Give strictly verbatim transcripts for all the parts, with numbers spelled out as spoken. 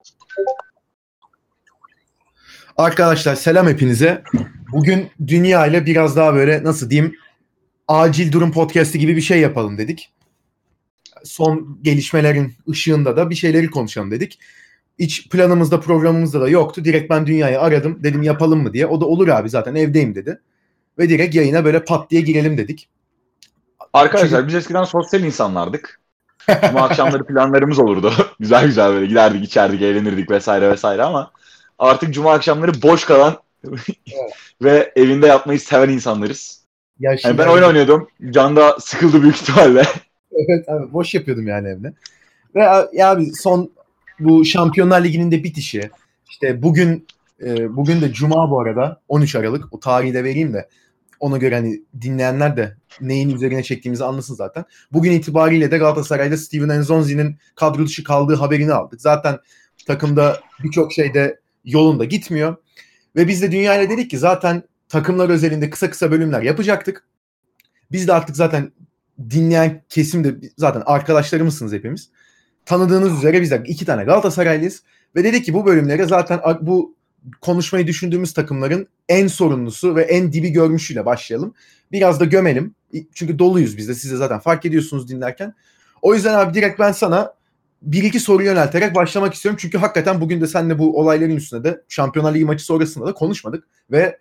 Arkadaşlar selam hepinize. Bugün dünya ile biraz daha böyle nasıl diyeyim acil durum podcast'i gibi bir şey yapalım dedik. Son gelişmelerin ışığında da bir şeyleri konuşalım dedik. Hiç planımızda programımızda da yoktu. Direkt ben dünyayı aradım. Dedim yapalım mı diye. O da olur abi zaten evdeyim dedi. Ve direkt yayına böyle pat diye girelim dedik. Arkadaşlar Çünkü... biz eskiden sosyal insanlardık. Cuma akşamları planlarımız olurdu. Güzel güzel böyle giderdik, içerdik, eğlenirdik vesaire vesaire ama artık cuma akşamları boş kalan evet. ve evinde yatmayı seven insanlarız. Ya yani ben oyun oynuyordum. Can da sıkıldı büyük ihtimalle. Evet abi boş yapıyordum yani evde. Ve ya abi son bu Şampiyonlar Ligi'nin de bitişi. İşte bugün e, bugün de Cuma bu arada on üç Aralık. O tarihi de vereyim de ona göre hani dinleyenler de neyin üzerine çektiğimizi anlasın zaten. Bugün itibariyle de Galatasaray'da Steven Nzonzi'nin kadro dışı kaldığı haberini aldık. Zaten takımda birçok şeyde yolunda gitmiyor. Ve biz de dünyayla dedik ki zaten takımlar özelinde kısa kısa bölümler yapacaktık. Biz de artık zaten dinleyen kesim de zaten arkadaşlarımızsınız hepimiz. Tanıdığınız üzere biz de iki tane Galatasaraylıyız. Ve dedik ki bu bölümlere zaten bu konuşmayı düşündüğümüz takımların en sorumlusu ve en dibi görmüşüyle başlayalım. Biraz da gömelim. Çünkü doluyuz biz de. Siz de zaten fark ediyorsunuz dinlerken. O yüzden abi direkt ben sana bir iki soru yönelterek başlamak istiyorum. Çünkü hakikaten bugün de seninle bu olayların üstüne de Şampiyonlar Ligi maçı sonrasında da konuşmadık. Ve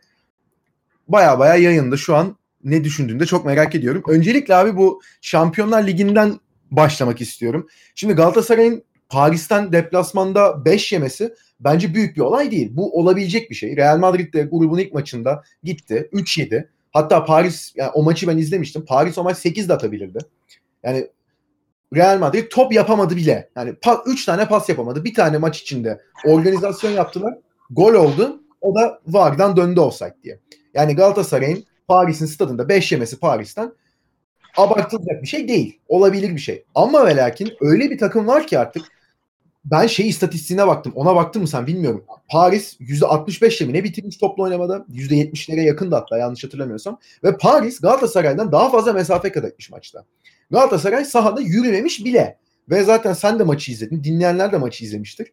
baya baya yayında şu an ne düşündüğünü de çok merak ediyorum. Öncelikle abi bu Şampiyonlar Ligi'nden başlamak istiyorum. Şimdi Galatasaray'ın Paris'ten deplasmanda beş yemesi bence büyük bir olay değil. Bu olabilecek bir şey. Real Madrid de grubun ilk maçında gitti. üç yedi. Hatta Paris, yani o maçı ben izlemiştim. Paris o maç sekiz de atabilirdi. Yani Real Madrid top yapamadı bile. Yani üç tane pas yapamadı. Bir tane maç içinde organizasyon yaptılar. Gol oldu. O da V A R'dan döndü offside diye. Yani Galatasaray'ın Paris'in stadında beş yemesi Paris'ten abartılacak bir şey değil. Olabilir bir şey. Ama ve lakin öyle bir takım var ki artık ben şey istatistiğine baktım. Ona baktın mı sen bilmiyorum. Paris yüzde altmış beş mi ne bitirmiş toplu oynamada? yüzde yetmişlere yakındı hatta yanlış hatırlamıyorsam. Ve Paris Galatasaray'dan daha fazla mesafe kat etmiş maçta. Galatasaray sahada yürümemiş bile. Ve zaten sen de maçı izledin. Dinleyenler de maçı izlemiştir.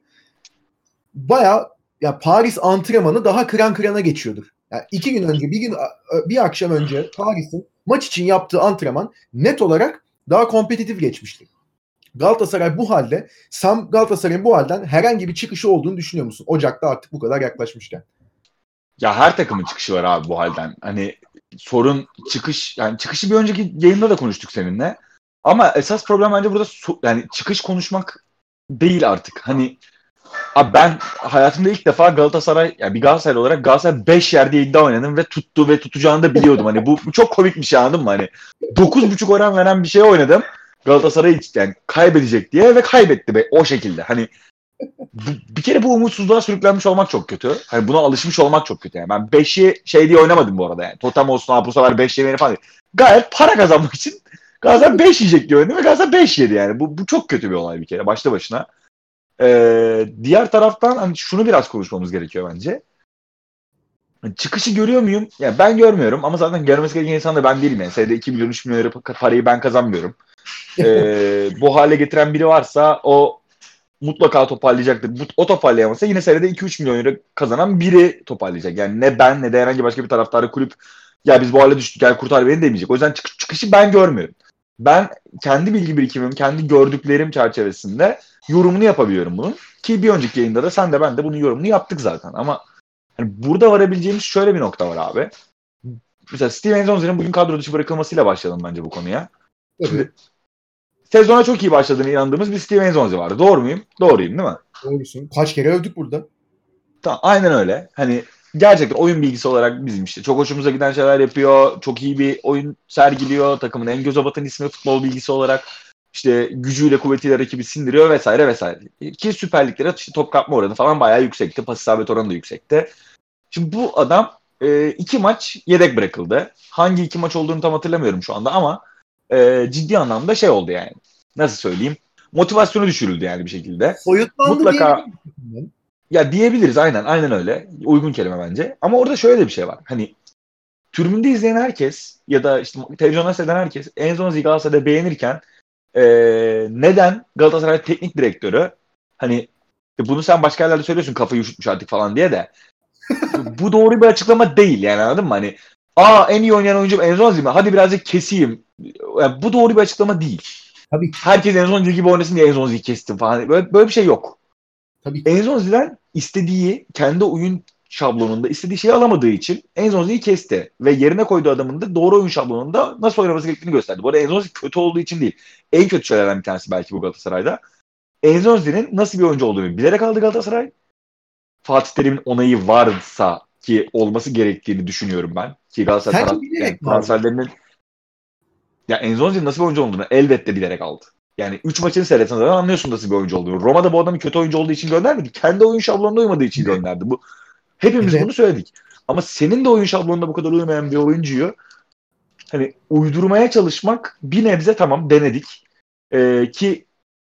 Baya ya Paris antrenmanı daha kıran kırana geçiyordur. Yani iki gün önce, bir gün bir akşam önce Paris'in maç için yaptığı antrenman net olarak daha kompetitif geçmiştir. Galatasaray bu halde, sen Galatasaray'ın bu halden herhangi bir çıkışı olduğunu düşünüyor musun? Ocak'ta artık bu kadar yaklaşmışken. Ya her takımın çıkışı var abi bu halden. Hani sorun çıkış, yani çıkışı bir önceki yayında da konuştuk seninle. Ama esas problem bence burada so- yani çıkış konuşmak değil artık. Hani abi ben hayatımda ilk defa Galatasaray, yani bir Galatasaray olarak Galatasaray beş yerde iddia oynadım ve tuttu ve tutacağını da biliyordum. Hani bu, bu çok komik bir şey, anladın mı? Hani dokuz buçuk oran veren bir şeye oynadım. Galatasaray yani kaybedecek diye ve kaybetti be o şekilde. Hani bu, bir kere bu umutsuzluğa sürüklenmiş olmak çok kötü. Hani buna alışmış olmak çok kötü. Yani ben beşi şey diye oynamadım bu arada yani. Totem olsun abi bu sefer beş yemeğini falan değil. Gayet para kazanmak için Galatasaray beş yiyecek diye oynadım ve Galatasaray beş yedi yani. Bu, bu çok kötü bir olay bir kere başta başına. Ee, diğer taraftan hani şunu biraz konuşmamız gerekiyor bence. Çıkışı görüyor muyum? Yani ben görmüyorum ama zaten görmesi gereken insan da ben değilim yani. Senede iki milyon üç milyon lira parayı ben kazanmıyorum. ee, bu hale getiren biri varsa o mutlaka toparlayacaktır. Bu, o toparlayamazsa yine senede iki üç milyon lira kazanan biri toparlayacak. Yani ne ben ne de herhangi başka bir taraftarı kulüp ya biz bu hale düştük gel kurtar beni demeyecek. O yüzden çık- çıkışı ben görmüyorum. Ben kendi bilgi birikimim, kendi gördüklerim çerçevesinde yorumunu yapabiliyorum bunun. Ki bir önceki yayında da sen de ben de bunun yorumunu yaptık zaten. Ama yani burada varabileceğimiz şöyle bir nokta var abi. Mesela Steven Nzonzi'nin bugün kadro dışı bırakılmasıyla başlayalım bence bu konuya. Evet. Şimdi sezona çok iyi başladığını inandığımız bir Steven Nzonzi vardı. Doğru muyum? Doğruyum değil mi? Doğrusun. Kaç kere övdük burada. Tamam, aynen öyle. Hani gerçekten oyun bilgisi olarak bizim işte çok hoşumuza giden şeyler yapıyor. Çok iyi bir oyun sergiliyor. Takımın en göze batan ismi futbol bilgisi olarak. İşte gücüyle kuvvetiyle rakibi sindiriyor vesaire vesaire. Ki Süper Liglere işte top kapma oranı falan bayağı yüksekti. Pas isabet oranı da yüksekti. Şimdi bu adam e, iki maç yedek bırakıldı. Hangi iki maç olduğunu tam hatırlamıyorum şu anda ama e, ciddi anlamda şey oldu yani. Nasıl söyleyeyim? Motivasyonu düşürüldü yani bir şekilde. Soyutlandı mutlaka ya diyebiliriz, aynen aynen öyle. Uygun kelime bence. Ama orada şöyle de bir şey var. Hani tribünde izleyen herkes ya da işte televizyonda seyreden herkes Nzonzi'yi Galatasaray'da beğenirken e, neden Galatasaray teknik direktörü hani E bunu sen başka yerlerde söylüyorsun kafayı üşütmüş artık falan diye de. Bu doğru bir açıklama değil yani, anladın mı? Hani aa en iyi oynayan oyuncu Enzonzi mi? Hadi birazcık keseyim. Yani bu doğru bir açıklama değil. Tabii ki. Herkes Enzonzi gibi oynasın diye Enzonzi'yi kestim falan. Böyle, böyle bir şey yok. Tabii ki. Enzonzi'den istediği, kendi oyun şablonunda istediği şeyi alamadığı için Enzonzi'yi kesti. Ve yerine koyduğu adamın da doğru oyun şablonunda nasıl oynaması gerektiğini gösterdi. Bu arada Enzonzi kötü olduğu için değil. En kötü şeylerden bir tanesi belki bu Galatasaray'da. Enzonzi'nin nasıl bir oyuncu olduğunu bilerek aldı Galatasaray. Fatih Terim'in onayı varsa ki olması gerektiğini düşünüyorum ben. Ki Galatasaray Sence taraf, bilerek yani mi aldı? transferlerinin ya Enzonzi'nin nasıl bir oyuncu olduğunu elbette bilerek aldı. Yani üç maçını seyretsen zaten anlıyorsun nasıl bir oyuncu olduğunu. Roma'da bu adamı kötü oyuncu olduğu için göndermedi. Kendi oyun şablonuna uymadığı için gönderdi. Bu hepimiz Evet. bunu söyledik. Ama senin de oyun şablonuna bu kadar uymayan bir oyuncuyu hani uydurmaya çalışmak bir nebze tamam denedik. Ee, ki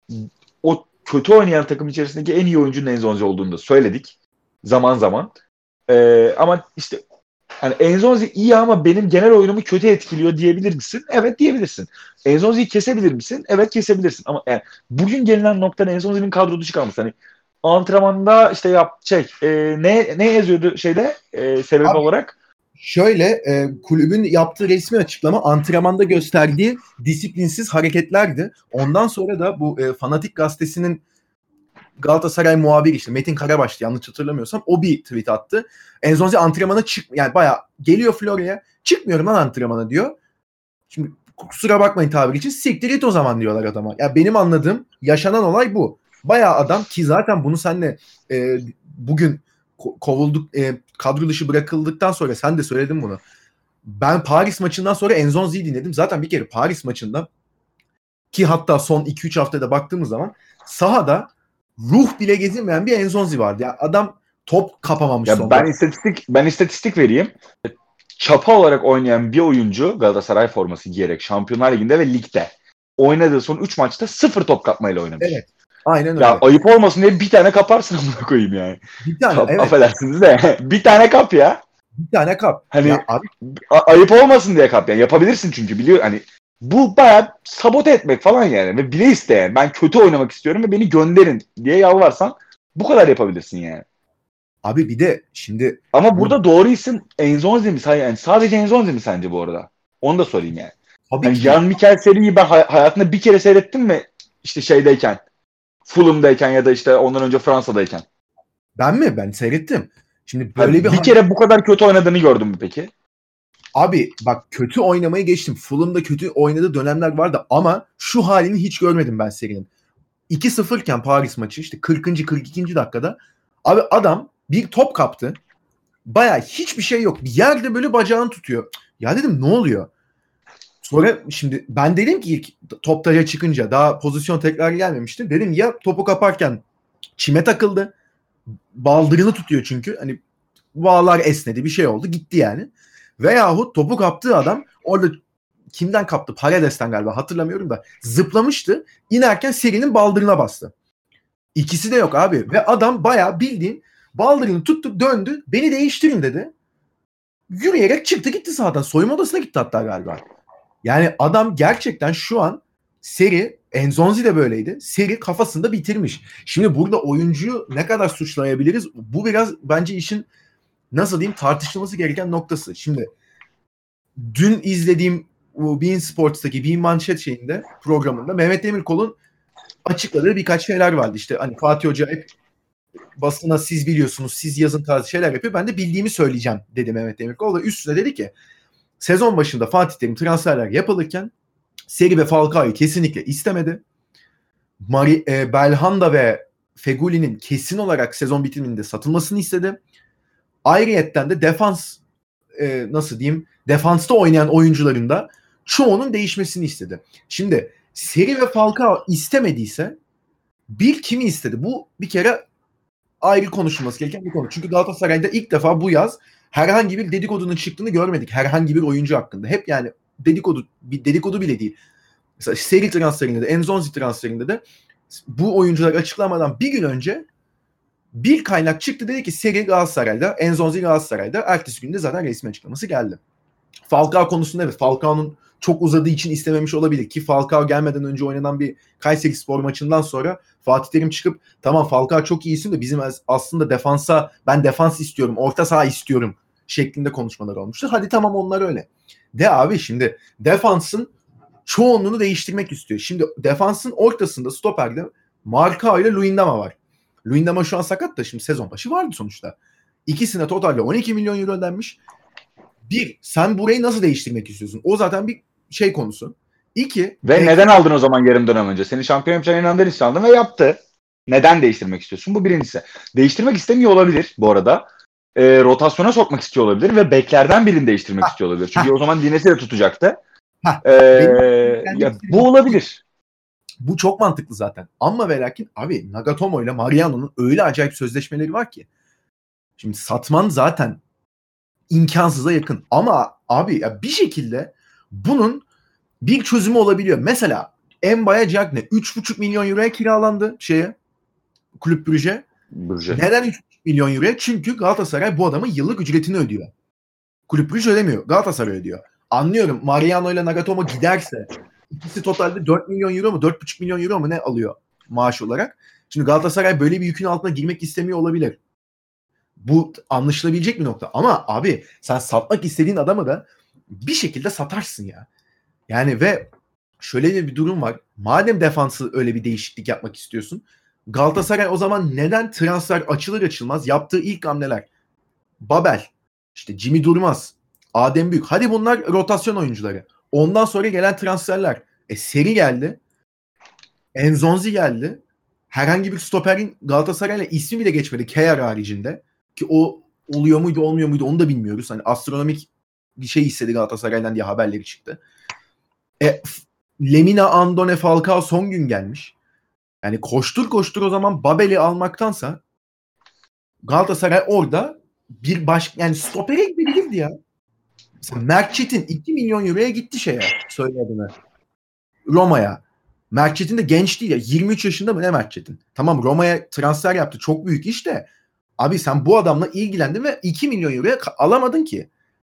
o kötü oynayan takım içerisindeki en iyi oyuncunun Enzonzi olduğunu da söyledik. Zaman zaman. Ee, ama işte hani Enzonzi iyi ama benim genel oyunumu kötü etkiliyor diyebilir misin? Evet diyebilirsin. Enzonzi'yi kesebilir misin? Evet kesebilirsin. Ama yani bugün gelinen noktada Enzonzi'nin kadro dışı kalması. Hani antrenmanda işte yap şey e, ne ne yazıyordu şeyde e, sebep Abi, olarak? şöyle e, kulübün yaptığı resmi açıklama antrenmanda gösterdiği disiplinsiz hareketlerdi. Ondan sonra da bu e, Fanatik gazetesinin Galatasaray muhabiri işte Metin Karabaş'tı yanlış hatırlamıyorsam, o bir tweet attı. Enzonzi antrenmana çık yani bayağı geliyor Florya'ya, çıkmıyorum lan antrenmana diyor. Şimdi kusura bakmayın tabiri için, siktir git o zaman diyorlar adama. Ya benim anladığım yaşanan olay bu. Bayağı adam ki zaten bunu senle e, bugün ko- kovulduk e, kadro dışı bırakıldıktan sonra sen de söyledin bunu. Ben Paris maçından sonra Enzonzi'yi dinledim. Zaten bir kere Paris maçında ki hatta son iki üç haftada baktığımız zaman sahada ruh bile gezinmeyen bir Enzonzi vardı. Ya adam top kapamamış Ya son ben dakika. istatistik ben istatistik vereyim. Çapa olarak oynayan bir oyuncu Galatasaray forması giyerek Şampiyonlar Ligi'nde ve ligde oynadığı son üç maçta sıfır top kapmayla oynamış. Evet. Aynen Ya öyle. ayıp olmasın diye bir tane kaparsın amına koyayım yani. Bir tane Kap, evet. affedersiniz de bir tane kap ya. Bir tane kap. Hani Ya abi a- ayıp olmasın diye kap yani. Yapabilirsin çünkü biliyor hani bu bayağı sabote etmek falan yani. Ve bile isteyen ben kötü oynamak istiyorum ve beni gönderin diye yalvarsan bu kadar yapabilirsin yani. Abi bir de şimdi Ama bu burada doğru isim Enzonzi mi? Yani sadece Enzonzi mi sence bu arada? Onu da sorayım yani. tabii Hani ki Jan Mikel seriyi ben hay- hayatımda bir kere seyrettim mi? İşte şeydeyken, Fulham'dayken ya da işte ondan önce Fransa'dayken. ben mi? Ben seyrettim. Şimdi Ha, böyle bir bir kere bu kadar kötü oynadığını gördün mü peki? abi bak, kötü oynamayı geçtim. Fulham'da kötü oynadığı dönemler vardı ama şu halini hiç görmedim ben serinin. iki sıfır iken Paris maçı işte kırkıncı kırk ikinci dakikada abi adam bir top kaptı. Baya hiçbir şey yok. Bir yerde böyle bacağını tutuyor. Ya dedim ne oluyor? Sonra şimdi ben dedim ki ilk top taca çıkınca daha pozisyon tekrar gelmemişti. Dedim ya topu kaparken çime takıldı. Baldırını tutuyor çünkü. Hani bağlar esnedi, bir şey oldu, gitti yani. Veyahut topu kaptığı adam orada kimden kaptı? Paredes'ten galiba, hatırlamıyorum da zıplamıştı. İnerken serinin baldırına bastı. İkisi de yok abi. Ve adam bayağı bildiğin baldırını tuttu, döndü. Beni değiştirin dedi. Yürüyerek çıktı gitti sahadan. Soyunma odasına gitti hatta galiba. Yani adam gerçekten şu an seri, Enzonzi de böyleydi. Seri kafasında bitirmiş. Şimdi burada oyuncuyu ne kadar suçlayabiliriz? Bu biraz bence işin nasıl diyeyim tartışılması gereken noktası. Şimdi dün izlediğim bu Bein Sports'taki Bein Manşet şeyinde programında Mehmet Demirkol'un açıkladığı birkaç şeyler vardı. İşte hani Fatih Hoca hep basına siz biliyorsunuz, siz yazın tarzı şeyler yapıyor. Ben de bildiğimi söyleyeceğim dedi Mehmet Demirkol da üstüne dedi ki sezon başında Fatih Terim transferler yapılırken Seri ve Falcao'yu kesinlikle istemedi. Mari, e, Belhanda ve Feguli'nin kesin olarak sezon bitiminde satılmasını istedi. Ayrıyetten de defans e, nasıl diyeyim defansta oynayan oyuncuların da çoğunun değişmesini istedi. Şimdi Seri ve Falcao istemediyse bir kimi istedi? Bu bir kere ayrı konuşulması gereken bir konu. Çünkü Galatasaray'da ilk defa bu yaz herhangi bir dedikodunun çıktığını görmedik. Herhangi bir oyuncu hakkında. Hep yani dedikodu, bir dedikodu bile değil. Mesela Seri transferinde de, Enzonzi transferinde de bu oyuncular açıklamadan bir gün önce bir kaynak çıktı, dedi ki Seri Galatasaray'da, Enzonzi Galatasaray'da. Ertesi günde zaten resmi açıklaması geldi. Falcao konusunda evet, Falcao'nun çok uzadığı için istememiş olabilir ki Falcao gelmeden önce oynanan bir Kayserispor maçından sonra Fatih Terim çıkıp tamam Falcao çok iyi isim de bizim aslında defansa ben defans istiyorum, orta saha istiyorum şeklinde konuşmalar olmuştu. Hadi tamam onlar öyle. De abi şimdi defansın çoğunluğunu değiştirmek istiyor. Şimdi defansın ortasında stoperde Marcao ile Luyendama var. Luyendama şu an sakat da şimdi sezon başı vardı sonuçta. İkisine totalde on iki milyon euro ödenmiş. Bir, sen burayı nasıl değiştirmek istiyorsun? O zaten bir şey konusu. İki. Ve neden ek- aldın o zaman yarım dönem önce? Seni şampiyon yapacağına inandığın için aldın ve yaptı. Neden değiştirmek istiyorsun? Bu birincisi. Değiştirmek istemiyor olabilir bu arada. E, rotasyona sokmak istiyor olabilir ve beklerden birini değiştirmek ha. istiyor olabilir. Çünkü ha. o zaman Dines'i de tutacaktı. E, ya, bu olabilir. Bu çok mantıklı zaten. Ama ve lakin abi Nagatomo ile Mariano'nun öyle acayip sözleşmeleri var ki. Şimdi satman zaten imkansıza yakın. Ama abi ya bir şekilde bunun bir çözümü olabiliyor. Mesela Mbaya Cagne üç buçuk milyon euroya kiralandı şeye. Kulüp Brugge. Neden üç buçuk milyon euroya? Çünkü Galatasaray bu adamın yıllık ücretini ödüyor. Kulüp Brugge ödemiyor. Galatasaray ödüyor. Anlıyorum. Mariano ile Nagatomo giderse ikisi totalde dört milyon euro mu dört buçuk milyon euro mu ne alıyor maaş olarak. Şimdi Galatasaray böyle bir yükün altına girmek istemiyor olabilir. Bu anlaşılabilecek bir nokta. Ama abi sen satmak istediğin adamı da bir şekilde satarsın ya. Yani ve şöyle bir durum var. Madem defansı öyle bir değişiklik yapmak istiyorsun. Galatasaray o zaman neden transfer açılır açılmaz yaptığı ilk hamleler? Babel, işte Jimmy Durmaz, Adem Büyük. Hadi bunlar rotasyon oyuncuları. Ondan sonra gelen transferler. E Seri geldi. Enzonzi geldi. Herhangi bir stoperin Galatasaray'la ismi bile geçmedi. Kehrer haricinde. Ki o oluyor muydu olmuyor muydu onu da bilmiyoruz. Hani astronomik bir şey istedi Galatasaray'dan diye haberleri çıktı. E, Lemina, Andone, Falcao son gün gelmiş. Yani koştur koştur o zaman Babel'i almaktansa Galatasaray orada bir baş yani stopere gidebilirdi ya. Mesela Mert Çetin iki milyon euroya gitti şeye söyle adını. Roma'ya. Mert Çetin de genç değil ya. yirmi üç yaşında mı ne Mert Çetin? Tamam Roma'ya transfer yaptı. Çok büyük iş de. Abi sen bu adamla ilgilendin ve iki milyon euroya alamadın ki.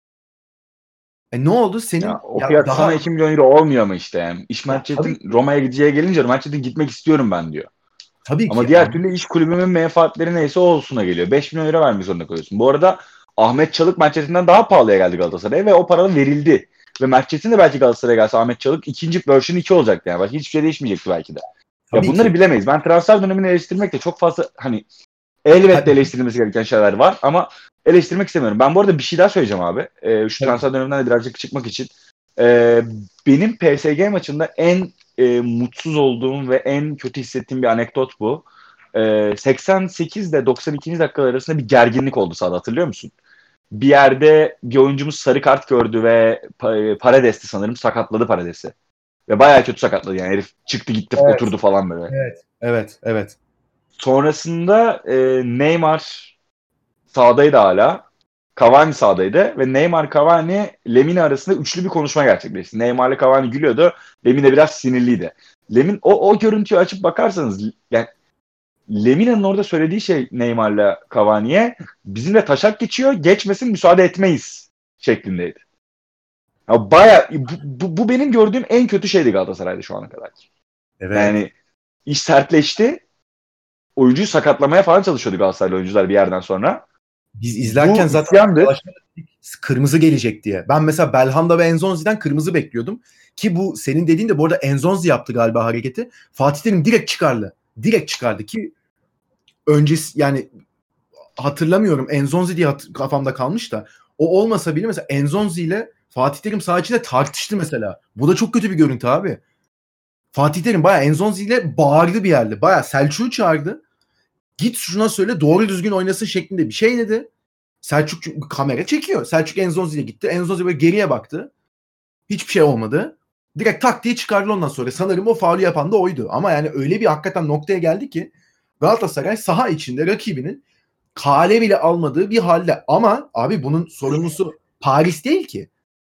E ne oldu? Senin ya, o fiyat daha... sana iki milyon euro olmuyor mu işte yani? İş Mert Çetin Roma'ya gideceğe gelince Mert Çetin gitmek istiyorum ben diyor. Tabii Ama ki. diğer yani. Türlü iş kulübümün menfaatleri neyse o olsuna geliyor. beş milyon euro vermek zorunda kalıyorsun. Bu arada Ahmet Çalık Mert Çetin'den daha pahalıya geldi Galatasaray'a ve o para verildi. Ve Mert Çetin de belki Galatasaray'a gelse Ahmet Çalık ikinci version iki olacaktı yani. Başka hiçbir şey değişmeyecekti belki de. Tabii ya bunları ki. Bilemeyiz. Ben transfer dönemini eleştirmek de çok fazla hani elbette Hadi. eleştirilmesi gereken şeyler var ama eleştirmek istemiyorum. Ben bu arada bir şey daha söyleyeceğim abi. Ee, şu transfer evet. döneminden de birazcık çıkmak için. Ee, benim P S G maçında en e, mutsuz olduğum ve en kötü hissettiğim bir anekdot bu. Ee, seksen sekiz ile doksan ikinci dakikalar arasında bir gerginlik oldu sahada, hatırlıyor musun? Bir yerde bir oyuncumuz sarı kart gördü ve Parades'ti sanırım, sakatladı Parades'i. Ve bayağı kötü sakatladı yani, herif çıktı gitti evet. oturdu falan böyle. Evet, evet, evet. Sonrasında e, Neymar sahadaydı hala. Cavani sahadaydı ve Neymar, Cavani, Lemina arasında üçlü bir konuşma gerçekleşti. Neymar'la Cavani gülüyordu. Lemina biraz sinirliydi. Lemin o, o görüntüyü açıp bakarsanız yani Lemina'nın orada söylediği şey Neymar'la Cavani'ye bizimle taşak geçiyor, geçmesin müsaade etmeyiz şeklindeydi. Ya baya bu, bu, bu benim gördüğüm en kötü şeydi Galatasaray'da şu ana kadar. Evet. Yani iş sertleşti. Oyuncuyu sakatlamaya falan çalışıyordu Galatasaraylı oyuncular bir yerden sonra. Biz izlerken bu zaten kırmızı gelecek diye. Ben mesela Belhanda ve Enzonzi'den kırmızı bekliyordum. Ki bu senin dediğin de bu arada Enzonzi yaptı galiba hareketi. Fatih Terim direkt çıkardı. Direkt çıkardı ki öncesi yani hatırlamıyorum. Enzonzi diye hat- kafamda kalmış da o olmasa bile mesela Enzonzi ile Fatih Terim saha içinde tartıştı mesela. Bu da çok kötü bir görüntü abi. Fatih Terim bayağı Enzonzi ile bağırdı bir yerde. Bayağı Selçuk'u çağırdı. Git şuna söyle doğru düzgün oynasın şeklinde bir şey dedi. Selçuk kamera çekiyor. Selçuk Enzonzi'ye gitti. Enzonzi böyle geriye baktı. Hiçbir şey olmadı. Direkt tak diye çıkardı ondan sonra. Sanırım o faulü yapan da oydu. Ama yani öyle bir hakikaten noktaya geldi ki Galatasaray saha içinde rakibinin kale bile almadığı bir halde. Ama abi bunun sorumlusu Paris değil ki.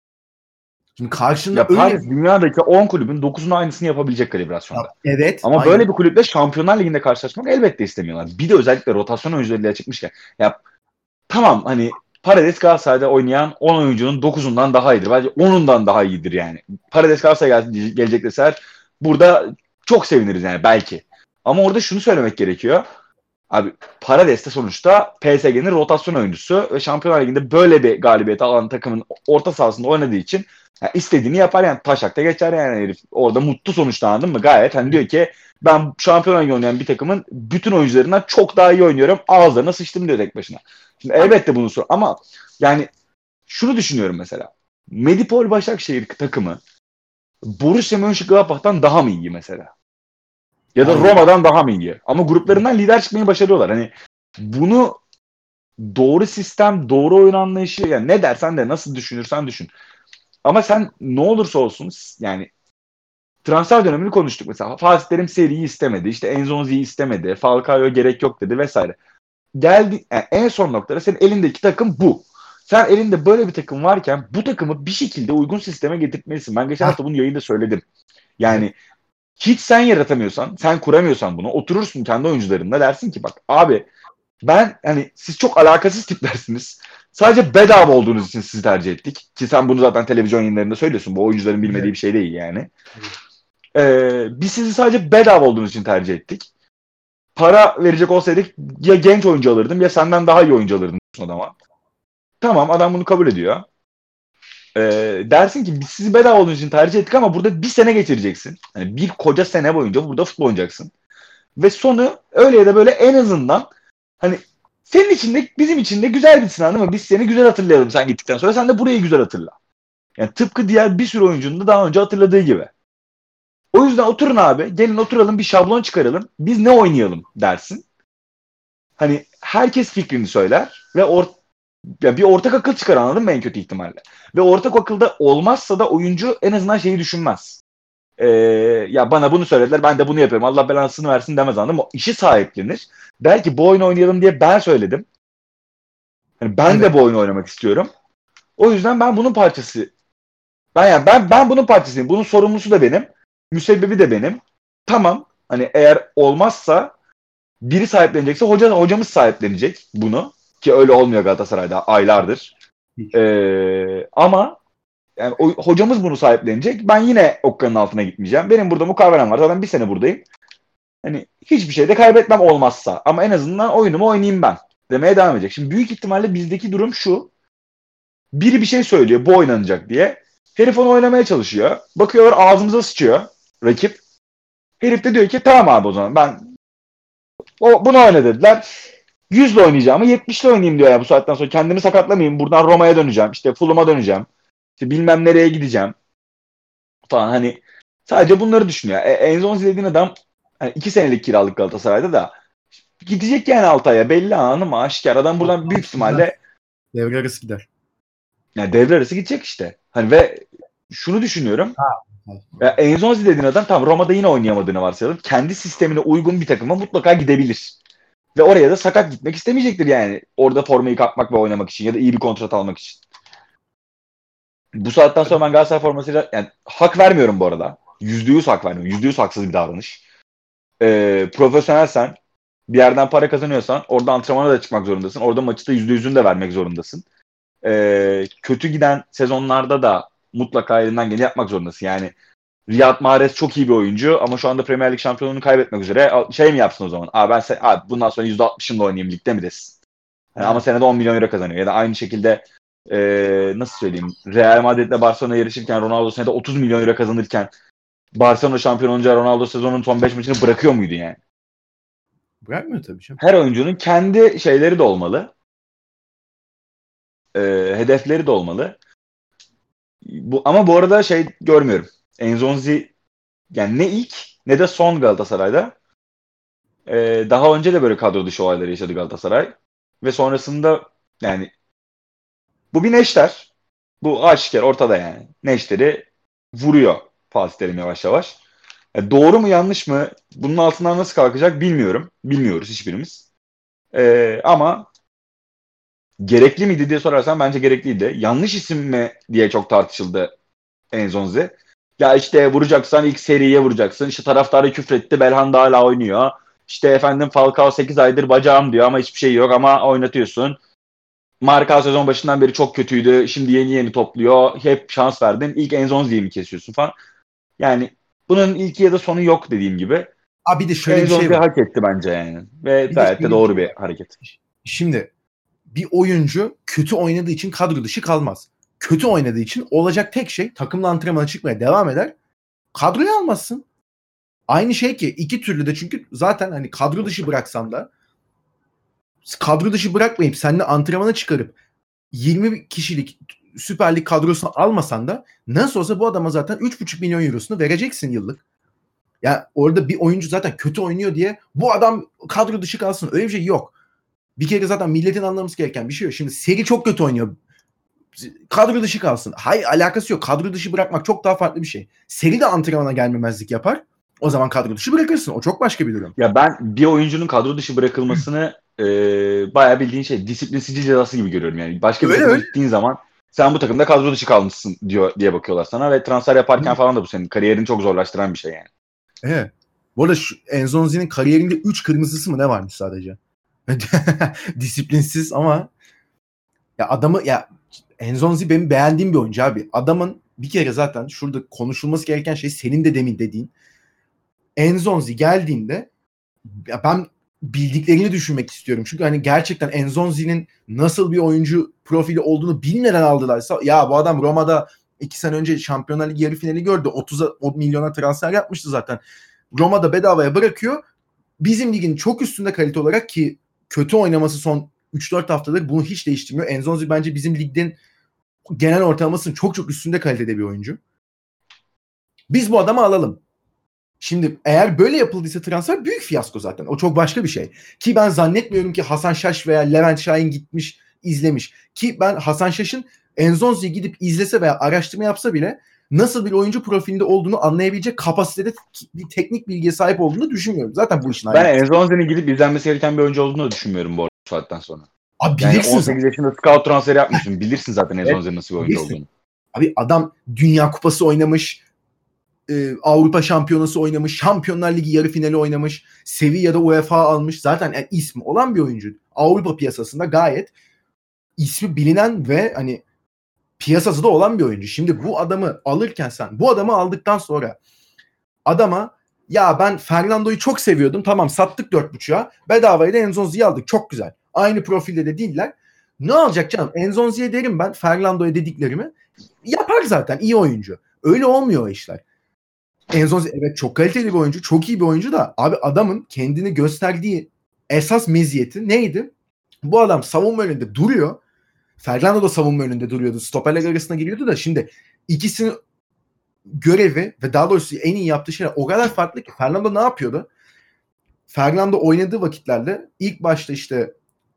Şimdi karşında ya öyle... Paris dünyadaki on kulübün dokuzunun aynısını yapabilecek kalibrasyonda. Evet. Ama aynen. Böyle bir kulüple Şampiyonlar Ligi'nde karşılaşmak elbette istemiyorlar. Bir de özellikle rotasyon oyuncularıyla çıkmışken. Ya tamam hani Paredes Galatasaray'da oynayan on oyuncunun dokuzundan daha iyidir. Bence onundan daha iyidir yani. Paredes Galatasaray'a gel- gelecek deseler burada çok seviniriz yani belki. Ama orada şunu söylemek gerekiyor. Abi Paredes de sonuçta P S G'nin rotasyon oyuncusu ve Şampiyonlar Ligi'nde böyle bir galibiyet alan takımın orta sahasında oynadığı için yani istediğini yapar yani taşakta geçer yani herif. Orada mutlu sonuçta, anladın mı? Gayet hani diyor ki ben Şampiyonlar Ligi oynayan bir takımın bütün oyuncularından çok daha iyi oynuyorum. Ağızlarına sıçtım diyor tek başına. Şimdi elbette bunu sor ama yani şunu düşünüyorum mesela. Medipol Başakşehir takımı Borussia Mönchengladbach'tan daha mı iyi mesela? Ya da Aynen. Roma'dan daha mı iyi? Ama gruplarından lider çıkmayı başarıyorlar. Hani bunu doğru sistem, doğru oyun anlayışı, yani ne dersen de nasıl düşünürsen düşün. Ama sen ne olursa olsun yani transfer dönemini konuştuk mesela. Fatih Terim seriyi istemedi. İşte Enzonzi'yi istemedi. Falcao'ya gerek yok dedi vesaire. Geldi yani en son noktada senin elindeki takım bu. Sen elinde böyle bir takım varken bu takımı bir şekilde uygun sisteme getirtmelisin. Ben geçen hafta bunu yayında söyledim. Yani hiç sen yaratamıyorsan, sen kuramıyorsan bunu, oturursun kendi oyuncularınla dersin ki bak abi ben hani siz çok alakasız tiplersiniz. Sadece bedava olduğunuz için sizi tercih ettik. Ki sen bunu zaten televizyon yayınlarında söylüyorsun. Bu oyuncuların bilmediği Evet. bir şey değil yani. Ee, biz sizi sadece bedava olduğunuz için tercih ettik. Para verecek olsaydık ya genç oyuncu alırdım ya senden daha iyi oyuncu alırdım adama. Tamam, adam bunu kabul ediyor. Ee, dersin ki biz sizi bedava olduğunuz için tercih ettik ama burada bir sene geçireceksin. Yani bir koca sene boyunca burada futbol oynayacaksın. Ve sonu öyle ya da böyle en azından hani senin için de bizim için de güzel bitsin, anladın mı? Biz seni güzel hatırlayalım sen gittikten sonra. Sen de burayı güzel hatırla. Yani tıpkı diğer bir sürü oyuncunun da daha önce hatırladığı gibi. O yüzden oturun abi. Gelin oturalım bir şablon çıkaralım. Biz ne oynayalım dersin. Hani herkes fikrini söyler ve or ya bir ortak akıl çıkar, anladın mı en kötü ihtimalle. Ve ortak akılda olmazsa da oyuncu en azından şeyi düşünmez. Ee, ya bana bunu söylediler ben de bunu yapıyorum. Allah belasını versin demez, anladın mı? O işi sahiplenir. Belki bu oyunu oynayalım diye ben söyledim. Yani ben Evet. de bu oyunu oynamak istiyorum. O yüzden ben bunun parçası. Ben yani ben ben bunun parçasıyım. Bunun sorumlusu da benim. Müsebbibi de benim. Tamam. Hani eğer olmazsa biri sahiplenecekse hoca hocamız sahiplenecek bunu. Ki öyle olmuyor Galatasaray'da aylardır. Ee, ama yani o, hocamız bunu sahiplenecek. Ben yine okkanın altına gitmeyeceğim. Benim burada mukavelem var. Zaten bir sene buradayım. Hani hiçbir şey de kaybetmem olmazsa. Ama en azından oyunumu oynayayım ben demeye devam edecek. Şimdi büyük ihtimalle bizdeki durum şu. Biri bir şey söylüyor bu oynanacak diye. Herif onu oynamaya çalışıyor. Bakıyorlar ağzımıza sıçıyor rakip. Herif de diyor ki tamam abi o zaman ben o, bunu oyna dediler. yüzle oynayacağım ama yetmişle oynayayım diyor ya bu saatten sonra. Kendimi sakatlamayayım. Buradan Roma'ya döneceğim. İşte Fulham'a döneceğim. İşte bilmem nereye gideceğim. Falan hani sadece bunları düşünüyor. E, Enzonzi dediğin adam hani iki senelik kiralık Galatasaray'da da gidecek yani Altay'a belli, anı mı aşikar. Adam buradan büyük ihtimalle devre arası gider. yani devre arası gidecek işte. Hani ve şunu düşünüyorum. Ha. Ya Enzonzi dediğin adam tam Roma'da yine oynayamadığını varsayalım. Kendi sistemine uygun bir takıma mutlaka gidebilir. Ve oraya da sakat gitmek istemeyecektir yani. Orada formayı kapmak ve oynamak için ya da iyi bir kontrat almak için. Bu saatten sonra ben Galatasaray formasıyla yani hak vermiyorum bu arada. Yüzde yüz hak vermiyorum. Yüzde yüz haksız bir davranış. Ee, profesyonelsen, bir yerden para kazanıyorsan orada antrenmana da çıkmak zorundasın. Orada maçı da yüzde yüzünü de vermek zorundasın. Ee, kötü giden sezonlarda da mutlaka elinden geleni yapmak zorundasın. Yani Riyad Mahrez çok iyi bir oyuncu ama şu anda Premier Lig şampiyonluğunu kaybetmek üzere. Şey mi yapsın o zaman? Abi ben sen, abi bundan sonra yüzde altmışımla oynayayım ligde mi desin? Yani ama senede on milyon euro kazanıyor. Ya da aynı şekilde ee, nasıl söyleyeyim? Real Madrid'le Barcelona yarışırken Ronaldo senede otuz milyon euro kazanırken Barcelona şampiyon olunca Ronaldo sezonun son beş maçını bırakıyor muydu yani? Bırakmıyor tabii canım. Her oyuncunun kendi şeyleri de olmalı. Ee, hedefleri de olmalı. Bu, ama bu arada şey görmüyorum. Enzonzi yani ne ilk ne de son Galatasaray'da. Ee, daha önce de böyle kadro dışı olayları yaşadı Galatasaray. Ve sonrasında yani bu bir neşter. Bu aşikar ortada yani. Neşteri vuruyor Fatih Terim yavaş yavaş. Yani doğru mu yanlış mı bunun altından nasıl kalkacak bilmiyorum. Bilmiyoruz hiçbirimiz. Ee, ama gerekli miydi diye sorarsan bence gerekliydi. Yanlış isim mi diye çok tartışıldı Enzonzi. Ya işte vuracaksan ilk seriye vuracaksın. İşte taraftarı küfretti. Belhanda hala oynuyor. İşte efendim Falcao sekiz aydır bacağım diyor ama hiçbir şey yok ama oynatıyorsun. Marka sezon başından beri çok kötüydü. Şimdi yeni yeni topluyor. Hep şans verdin. İlk Enzonzi'yi mi kesiyorsun falan. Yani bunun ilki ya da sonu yok dediğim gibi. Abi bir de şöyle bir şey Enzonzi var. hak etti bence yani. Ve Bir de gayet de şöyle doğru şey bir var. hareket. Şimdi bir oyuncu kötü oynadığı için kadro dışı kalmaz. Kötü oynadığı için olacak tek şey takımla antrenmana çıkmaya devam eder. Kadroya almazsın. Aynı şey ki iki türlü de çünkü zaten hani kadro dışı bıraksan da kadro dışı bırakmayıp seninle antrenmana çıkarıp yirmi kişilik Süper Lig kadrosunu almasan da nasıl olsa bu adama zaten üç buçuk milyon eurosunu vereceksin yıllık. Ya yani orada bir oyuncu zaten kötü oynuyor diye bu adam kadro dışı kalsın. Öyle bir şey yok. Bir kere zaten milletin anlaması gereken bir şey yok. Şimdi Seri çok kötü oynuyor. Kadro dışı kalsın. Hayır, alakası yok. Kadro dışı bırakmak çok daha farklı bir şey. Seri de antrenmana gelmemezlik yapar. O zaman kadro dışı bırakırsın. O çok başka bir durum. Ya ben bir oyuncunun kadro dışı bırakılmasını e, bayağı bildiğin şey disiplinsizce cezası gibi görüyorum. Yani başka bir Öyle takıma öyle. gittiğin zaman sen bu takımda kadro dışı kalmışsın diyor diye bakıyorlar sana ve transfer yaparken Hı. falan da bu senin kariyerini çok zorlaştıran bir şey yani. Evet. Bu arada şu Enzonzi'nin kariyerinde üç kırmızısı mı ne varmış sadece? Disiplinsiz ama ya adamı ya Enzonzi benim beğendiğim bir oyuncu abi. Adamın bir kere zaten şurada konuşulması gereken şey senin de demin dediğin. Enzonzi geldiğinde ya ben bildiklerini düşünmek istiyorum. Çünkü hani gerçekten Enzonzi'nin nasıl bir oyuncu profili olduğunu bilmeden aldılarsa ya bu adam Roma'da iki sene önce Şampiyonlar Ligi yarı finali gördü. otuz milyona transfer yapmıştı zaten. Roma'da bedavaya bırakıyor. Bizim ligin çok üstünde kalite olarak ki kötü oynaması son üç dört haftadır bunu hiç değiştirmiyor. Enzonzi bence bizim ligden genel ortalamasının çok çok üstünde kalitede bir oyuncu. Biz bu adamı alalım. Şimdi eğer böyle yapıldıysa transfer büyük fiyasko zaten. O çok başka bir şey. Ki ben zannetmiyorum ki Hasan Şaş veya Levent Şahin gitmiş izlemiş. Ki ben Hasan Şaş'ın Enzonzi'yi gidip izlese veya araştırma yapsa bile nasıl bir oyuncu profilinde olduğunu anlayabilecek kapasitede bir teknik bilgiye sahip olduğunu düşünmüyorum. Zaten bu işin Ben ayrı. Enzonzi'nin gidip izlenmesi gereken bir oyuncu olduğunu da düşünmüyorum bu arada bu saatten sonra. Abi Yani bilirsin on sekiz zaten. yaşında scout transferi yapmışsın. Bilirsin zaten Evet, Enzonzi'nin nasıl bir oyuncu bilirsin. olduğunu. Abi adam Dünya Kupası oynamış, e, Avrupa Şampiyonası oynamış, Şampiyonlar Ligi yarı finali oynamış, Sevilla'da U E F A almış. Zaten yani ismi olan bir oyuncu. Avrupa piyasasında gayet ismi bilinen ve hani piyasası da olan bir oyuncu. Şimdi bu adamı alırken sen, bu adamı aldıktan sonra adama ya ben Fernando'yu çok seviyordum. Tamam sattık dört buçuğa. Bedavaya da Enzonzi'yi aldık. Çok güzel. Aynı profilde de değiller. Ne alacak canım? Enzonzi'ye derim ben Fernando'ya dediklerimi. Yapar zaten. İyi oyuncu. Öyle olmuyor o işler. Enzonzi evet çok kaliteli bir oyuncu. Çok iyi bir oyuncu da abi adamın kendini gösterdiği esas meziyeti neydi? Bu adam savunma önünde duruyor. Fernando da savunma önünde duruyordu. Stoperler arasına giriyordu da şimdi ikisinin görevi ve daha doğrusu en iyi yaptığı şeyler o kadar farklı ki Fernando ne yapıyordu? Fernando oynadığı vakitlerde ilk başta işte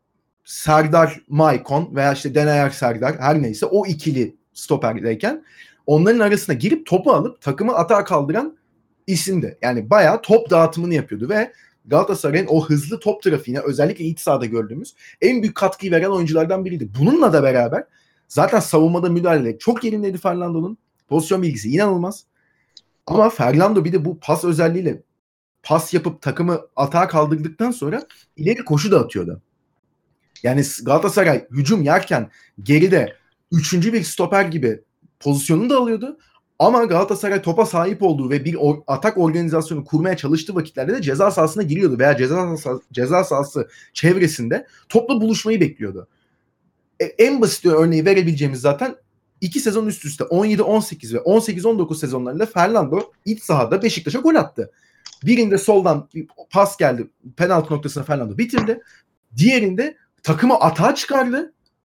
Serdar Maicon veya işte Denayer Serdar her neyse o ikili stoperdeyken onların arasına girip topu alıp takımı atağa kaldıran isimdi. Yani bayağı top dağıtımını yapıyordu ve Galatasaray'ın o hızlı top trafiğine özellikle iç sahada gördüğümüz en büyük katkıyı veren oyunculardan biriydi. Bununla da beraber zaten savunmada müdahale çok yerindeydi Fernando'nun. Pozisyon bilgisi inanılmaz. Ama Fernando bir de bu pas özelliğiyle pas yapıp takımı atağa kaldırdıktan sonra ileri koşu da atıyordu. Yani Galatasaray hücum yerken geride üçüncü bir stoper gibi pozisyonunu da alıyordu. Ama Galatasaray topa sahip olduğu ve bir or- atak organizasyonu kurmaya çalıştığı vakitlerde de ceza sahasına giriyordu veya ceza sahası, ceza sahası çevresinde topla buluşmayı bekliyordu. E, en basit örneği verebileceğimiz zaten iki sezon üst üste on yedi on sekiz ve on sekiz on dokuz sezonlarında Fernando iç sahada Beşiktaş'a gol attı. Birinde soldan bir pas geldi. Penaltı noktasına Fernando bitirdi. Diğerinde takımı atağa çıkardı.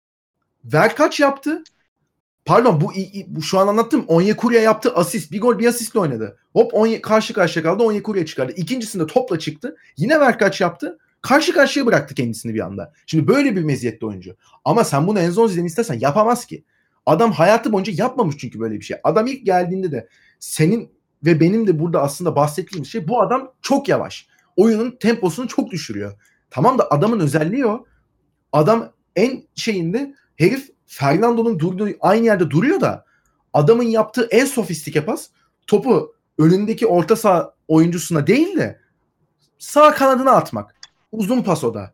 Verkaç yaptı. Pardon bu, bu şu an anlattım. Onyekuru yaptı asist. Bir gol bir asistle oynadı. Hop Onye, karşı karşıya kaldı. Onyekuru'ya çıkardı. İkincisinde topla çıktı. Yine Verkaç yaptı. Karşı karşıya bıraktı kendisini bir anda. Şimdi böyle bir meziyetli oyuncu. Ama sen bunu Enzonzi'den istersen yapamaz ki. Adam hayatı boyunca yapmamış çünkü böyle bir şey. Adam ilk geldiğinde de senin ve benim de burada aslında bahsettiğim şey bu adam çok yavaş. Oyunun temposunu çok düşürüyor. Tamam da adamın özelliği o. Adam en şeyinde herif Fernando'nun durduğu aynı yerde duruyor da adamın yaptığı en sofistike pas topu önündeki orta saha oyuncusuna değil de sağ kanadına atmak. Uzun pas o da.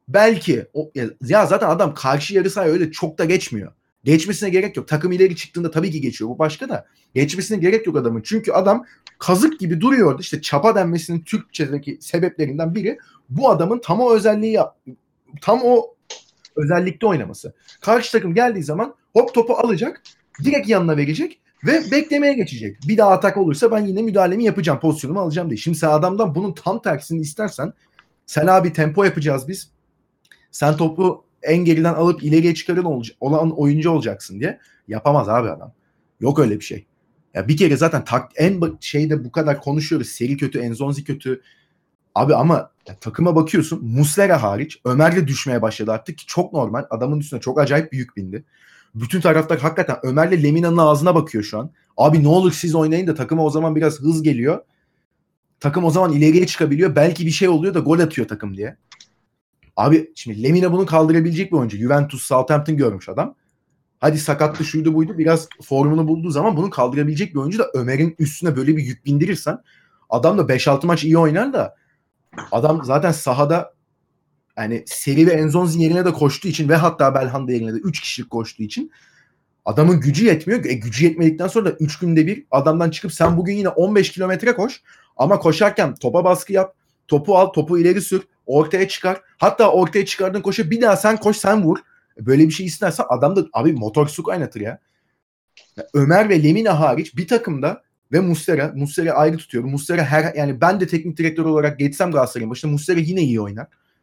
belki o, ya zaten adam karşı yarı sahaya öyle çok da geçmiyor. Geçmesine gerek yok. Takım ileri çıktığında tabii ki geçiyor. Bu başka da. Geçmesine gerek yok adamın. Çünkü adam kazık gibi duruyordu. İşte çapa denmesinin Türkçedeki sebeplerinden biri bu adamın tam o özelliği yap, tam o özellikte oynaması. Karşı takım geldiği zaman hop topu alacak, direkt yanına verecek ve beklemeye geçecek. Bir daha atak olursa ben yine müdahalemi yapacağım, pozisyonumu alacağım diye. Şimdi sen adamdan bunun tam tersini istersen, sen abi tempo yapacağız biz. Sen topu en geriden alıp ileriye çıkaran olca- olan oyuncu olacaksın diye. Yapamaz abi adam. Yok öyle bir şey. Ya bir kere zaten tak, en şeyde bu kadar konuşuyoruz. Seri kötü, Enzonzi kötü. Abi ama ya, takıma bakıyorsun. Muslera hariç. Ömer de düşmeye başladı artık ki çok normal. Adamın üstüne çok acayip büyük bindi. Bütün taraftar hakikaten Ömer'le Lemina'nın ağzına bakıyor şu an. Abi ne olur siz oynayın da takıma o zaman biraz hız geliyor. Takım o zaman ileriye çıkabiliyor. Belki bir şey oluyor da gol atıyor takım diye. Abi şimdi Lemina bunu kaldırabilecek bir oyuncu. Juventus, Southampton görmüş adam. Hadi sakatlı şuydu buydu. Biraz formunu bulduğu zaman bunu kaldırabilecek bir oyuncu da Ömer'in üstüne böyle bir yük bindirirsen adam da beş altı maç iyi oynar da adam zaten sahada yani Seri ve Enzonzi yerine de koştuğu için ve hatta Belhanda yerine de üç kişilik koştuğu için adamın gücü yetmiyor. E, gücü yetmedikten sonra da üç günde bir adamdan çıkıp sen bugün yine on beş kilometre koş ama koşarken topa baskı yap, topu al, topu ileri sür, ortaya çıkar. Hatta ortaya çıkardığın koşu bir daha sen koş, sen vur. Böyle bir şey istersen adam da abi motor su kaynatır ya. Yani Ömer ve Lemina hariç bir takımda ve Muslera, Muslera ayrı tutuyorum. Muslera her yani ben de teknik direktör olarak geçsem Galatasaray'ın başında Muslera yine iyi oynar.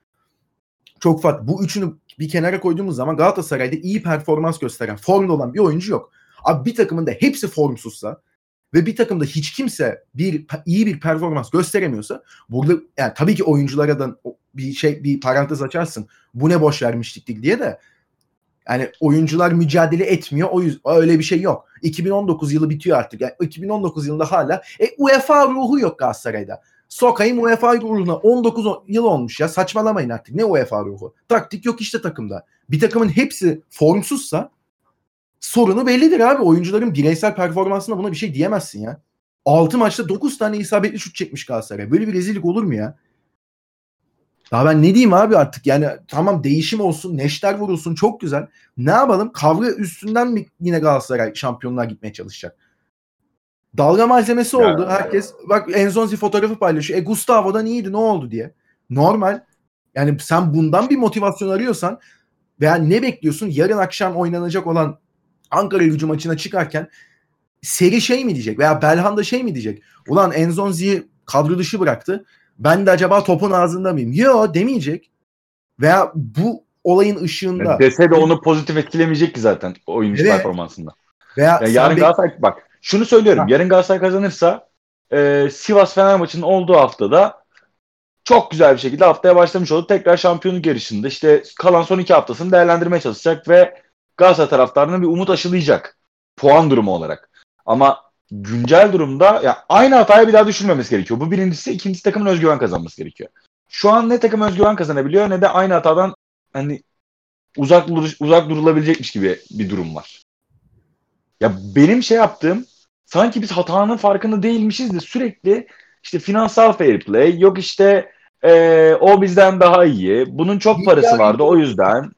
Çok farklı. Bu üçünü bir kenara koyduğumuz zaman Galatasaray'da iyi performans gösteren, formda olan bir oyuncu yok. Abi bir takımın da hepsi formsuzsa ve bir takımda hiç kimse bir iyi bir performans gösteremiyorsa burada yani tabii ki oyunculara da bir şey bir parantez açarsın. Bu ne boş vermiştik diye de yani oyuncular mücadele etmiyor. O yüzden öyle bir şey yok. iki bin on dokuz yılı bitiyor artık. Yani iki bin on dokuz yılında hala e, UEFA ruhu yok Galatasaray'da. Sokayım UEFA ruhuna on dokuz yıl olmuş ya. Saçmalamayın artık. Ne UEFA ruhu? Taktik yok işte takımda. Bir takımın hepsi formsuzsa sorunu bellidir abi. Oyuncuların bireysel performansına buna bir şey diyemezsin ya. altı maçta dokuz tane isabetli şut çekmiş Galatasaray. Böyle bir rezillik olur mu ya? Daha ben ne diyeyim abi artık yani tamam değişim olsun, neşter vurulsun çok güzel. Ne yapalım? Kavga üstünden mi yine Galatasaray şampiyonluğa gitmeye çalışacak? Dalga malzemesi oldu. Ya. Herkes bak Enzonzi fotoğrafı paylaşıyor. E Gustavo'dan iyiydi ne oldu diye. Normal. Yani sen bundan bir motivasyon arıyorsan veya ne bekliyorsun? Yarın akşam oynanacak olan Ankaragücü maçına çıkarken Seri şey mi diyecek veya Belhanda şey mi diyecek? Ulan Enzonzi'yi kadro dışı bıraktı. Ben de acaba topun ağzında mıyım? Yo demeyecek. Veya bu olayın ışığında. Yani dese de onu pozitif etkilemeyecek ki zaten oyuncu evet. performansında. Veya yani yarın Galatasaray bek- bak şunu söylüyorum. Ha. Yarın Galatasaray kazanırsa e, Sivas Fener maçının olduğu haftada çok güzel bir şekilde haftaya başlamış oldu. Tekrar şampiyonluk yarışında işte kalan son iki haftasını değerlendirmeye çalışacak ve Galatasaray taraftarına bir umut aşılayacak. Puan durumu olarak. Ama güncel durumda ya aynı hataya bir daha düşürmemesi gerekiyor. Bu birincisi, ikincisi takımın özgüven kazanması gerekiyor. Şu an ne takım özgüven kazanabiliyor ne de aynı hatadan hani uzak uzak durulabilecekmiş gibi bir durum var. Ya benim şey yaptığım sanki biz hatanın farkında değilmişiz de sürekli işte finansal fair play yok işte ee, o bizden daha iyi. Bunun çok parası vardı o yüzden.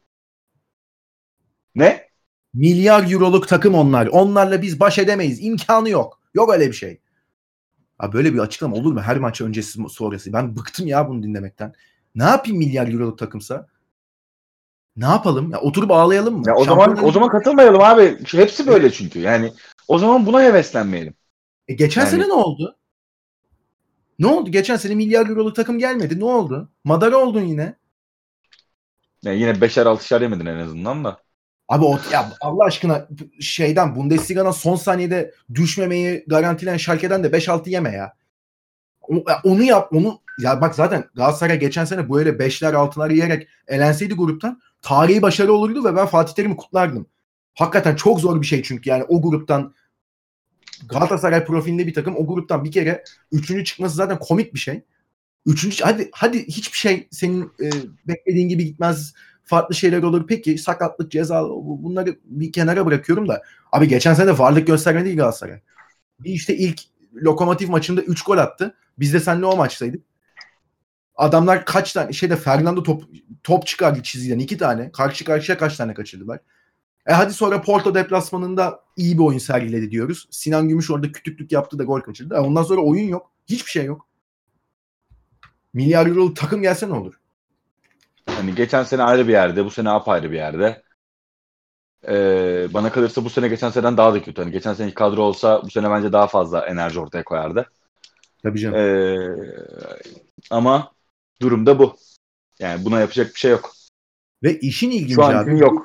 Ne? Milyar euroluk takım onlar. Onlarla biz baş edemeyiz. İmkanı yok. Yok öyle bir şey. Abi böyle bir açıklama olur mu? Her maç öncesi sonrası. Ben bıktım ya bunu dinlemekten. Ne yapayım milyar euroluk takımsa? Ne yapalım? Ya oturup ağlayalım mı? Ya o zaman o zaman katılmayalım abi. Hepsi böyle çünkü. Yani o zaman buna heveslenmeyelim. E geçen yani... sene ne oldu? Ne oldu? Geçen sene milyar euroluk takım gelmedi. Ne oldu? Madara oldun yine. Ya yine beşer altışar yemedin en azından da. Abi o, ya Allah aşkına şeyden Bundesliga'dan son saniyede düşmemeyi garantilen Schalke'den de beş altı yeme ya. Onu, onu yap. Onu ya bak zaten Galatasaray geçen sene böyle beşler altılar yiyerek elenseydi gruptan tarihi başarı olurdu ve ben Fatih Terim'i kutlardım. Hakikaten çok zor bir şey çünkü yani o gruptan Galatasaray profilinde bir takım o gruptan bir kere üçüncü çıkması zaten komik bir şey. Üçüncü hadi hadi hiçbir şey senin e, beklediğin gibi gitmez. Farklı şeyler olur. Peki sakatlık, ceza bunları bir kenara bırakıyorum da abi geçen sene de varlık göstermedi Galatasaray. Bir işte ilk Lokomotiv maçında üç gol attı. Biz de seninle o maçtaydık. Adamlar kaç tane şeyde Fernando top top çıkardı çizgiden iki tane. Karşı karşıya kaç tane kaçırdılar. E hadi sonra Porto deplasmanında iyi bir oyun sergiledi diyoruz. Sinan Gümüş orada kütüklük yaptı da gol kaçırdı. E ondan sonra oyun yok. Hiçbir şey yok. Milyar euroluk takım gelse ne olur? Hani geçen sene ayrı bir yerde, bu sene apayrı bir yerde. Ee, bana kalırsa bu sene geçen seneden daha da kötü. Hani geçen seneki kadro olsa bu sene bence daha fazla enerji ortaya koyardı. Tabii canım. Ee, ama durum da bu. Yani buna yapacak bir şey yok. Ve işin ilginci Şu an abi. yok.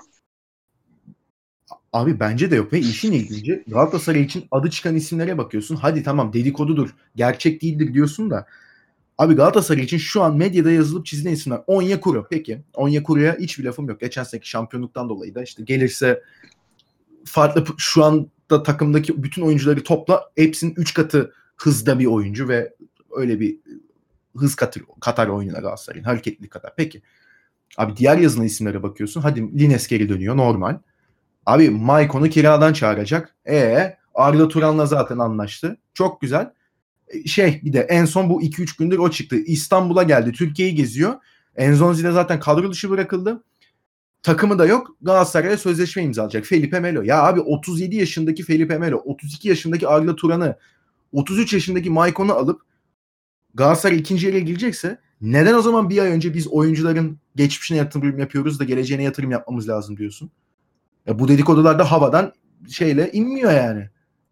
Abi bence de yok ve işin ilginci Galatasaray için adı çıkan isimlere bakıyorsun. Hadi tamam dedikodudur, gerçek değildir diyorsun da abi Galatasaray için şu an medyada yazılıp çizilen isimler Onyekuru. Peki Onyekuru'ya hiçbir lafım yok. Geçen seneki şampiyonluktan dolayı da işte gelirse farklı şu anda takımdaki bütün oyuncuları topla hepsinin üç katı hızda bir oyuncu ve öyle bir hız katır, katar oyununa Galatasaray'ın hareketli katar. Peki abi diğer yazılan isimlere bakıyorsun. Hadi Lines geri dönüyor normal. Abi Maikon'u kiradan çağıracak. E Arda Turan'la zaten anlaştı. Çok güzel. Şey bir de en son bu iki üç gündür o çıktı. İstanbul'a geldi. Türkiye'yi geziyor. Enzonzi de zaten kadro dışı bırakıldı. Takımı da yok. Galatasaray'a sözleşme imzalayacak. Felipe Melo. Ya abi otuz yedi yaşındaki Felipe Melo, otuz iki yaşındaki Arda Turan'ı, otuz üç yaşındaki Maikon'u alıp Galatasaray ikinci yere girecekse neden o zaman bir ay önce biz oyuncuların geçmişine yatırım yapıyoruz da geleceğine yatırım yapmamız lazım diyorsun? Ya bu dedikodular da havadan şeyle inmiyor yani.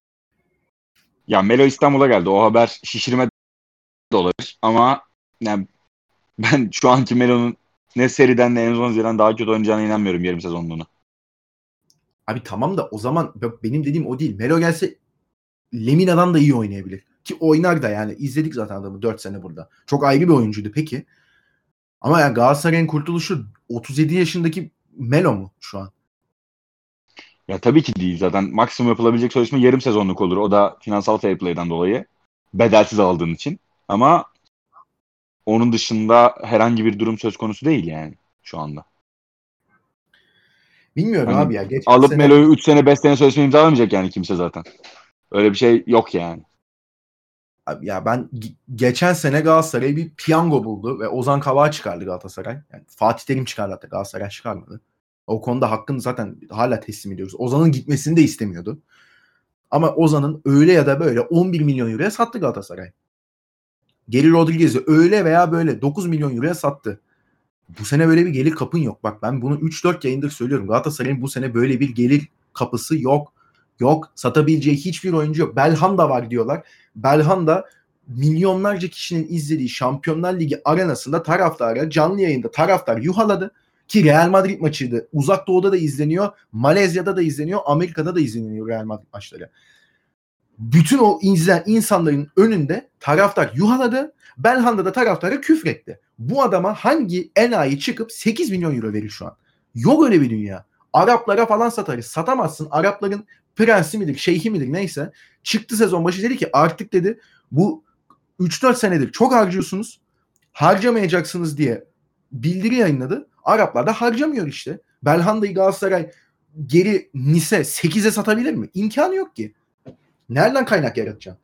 Ya Melo İstanbul'a geldi. O haber şişirme de olabilir. Ama yani ben şu anki Melo'nun ne seriden ne Enzonzi'den daha kötü oynayacağına inanmıyorum yarım sezonluğuna. Abi tamam da o zaman benim dediğim o değil. Melo gelse Lemina'dan da iyi oynayabilir. Ki oynar da yani. İzledik zaten adamı dört sene burada. Çok ayrı bir oyuncuydu peki. Ama yani Galatasaray'ın kurtuluşu otuz yedi yaşındaki Melo mu şu an? Ya tabii ki değil zaten. Maksimum yapılabilecek sözleşme yarım sezonluk olur. O da finansal fair play'den dolayı. Bedelsiz aldığın için. Ama onun dışında herhangi bir durum söz konusu değil yani şu anda. Bilmiyorum hani abi ya. Geçen alıp sene... Melo'yu üç sene beş sene sözleşme imzalamayacak yani kimse zaten. Öyle bir şey yok yani. Abi ya ben g- geçen sene Galatasaray bir piyango buldu ve Ozan Kabak'ı çıkardı Galatasaray. Yani Fatih Terim çıkardı hatta Galatasaray çıkarmadı. O konuda hakkını zaten hala teslim ediyoruz. Ozan'ın gitmesini de istemiyordu. Ama Ozan'ın öyle ya da böyle on bir milyon euroya sattı Galatasaray. Geri Rodriguez'i öyle veya böyle dokuz milyon euroya sattı. Bu sene böyle bir gelir kapın yok. Bak ben bunu üç dört yayındır söylüyorum. Galatasaray'ın bu sene böyle bir gelir kapısı yok. Yok. Satabileceği hiçbir oyuncu yok. Belhanda var diyorlar. Belhanda milyonlarca kişinin izlediği Şampiyonlar Ligi arenasında taraftara canlı yayında taraftar yuhaladı. Ki Real Madrid maçıydı. Uzak Doğu'da da izleniyor. Malezya'da da izleniyor. Amerika'da da izleniyor Real Madrid maçları. Bütün o izleyen insanların önünde taraftar yuhaladı. Belhanda da taraftara küfretti. Bu adama hangi enayi çıkıp sekiz milyon euro verir şu an? Yok öyle bir dünya. Araplara falan satarız. Satamazsın. Arapların prensi midir, şeyhi midir neyse. Çıktı sezon başı dedi ki artık dedi bu üç dört senedir çok harcıyorsunuz. Harcamayacaksınız diye bildiri yayınladı. Araplar da harcamıyor işte. Belhanda'yı Galatasaray geri Nice sekize satabilir mi? İmkanı yok ki. Nereden kaynak yaratacaksın?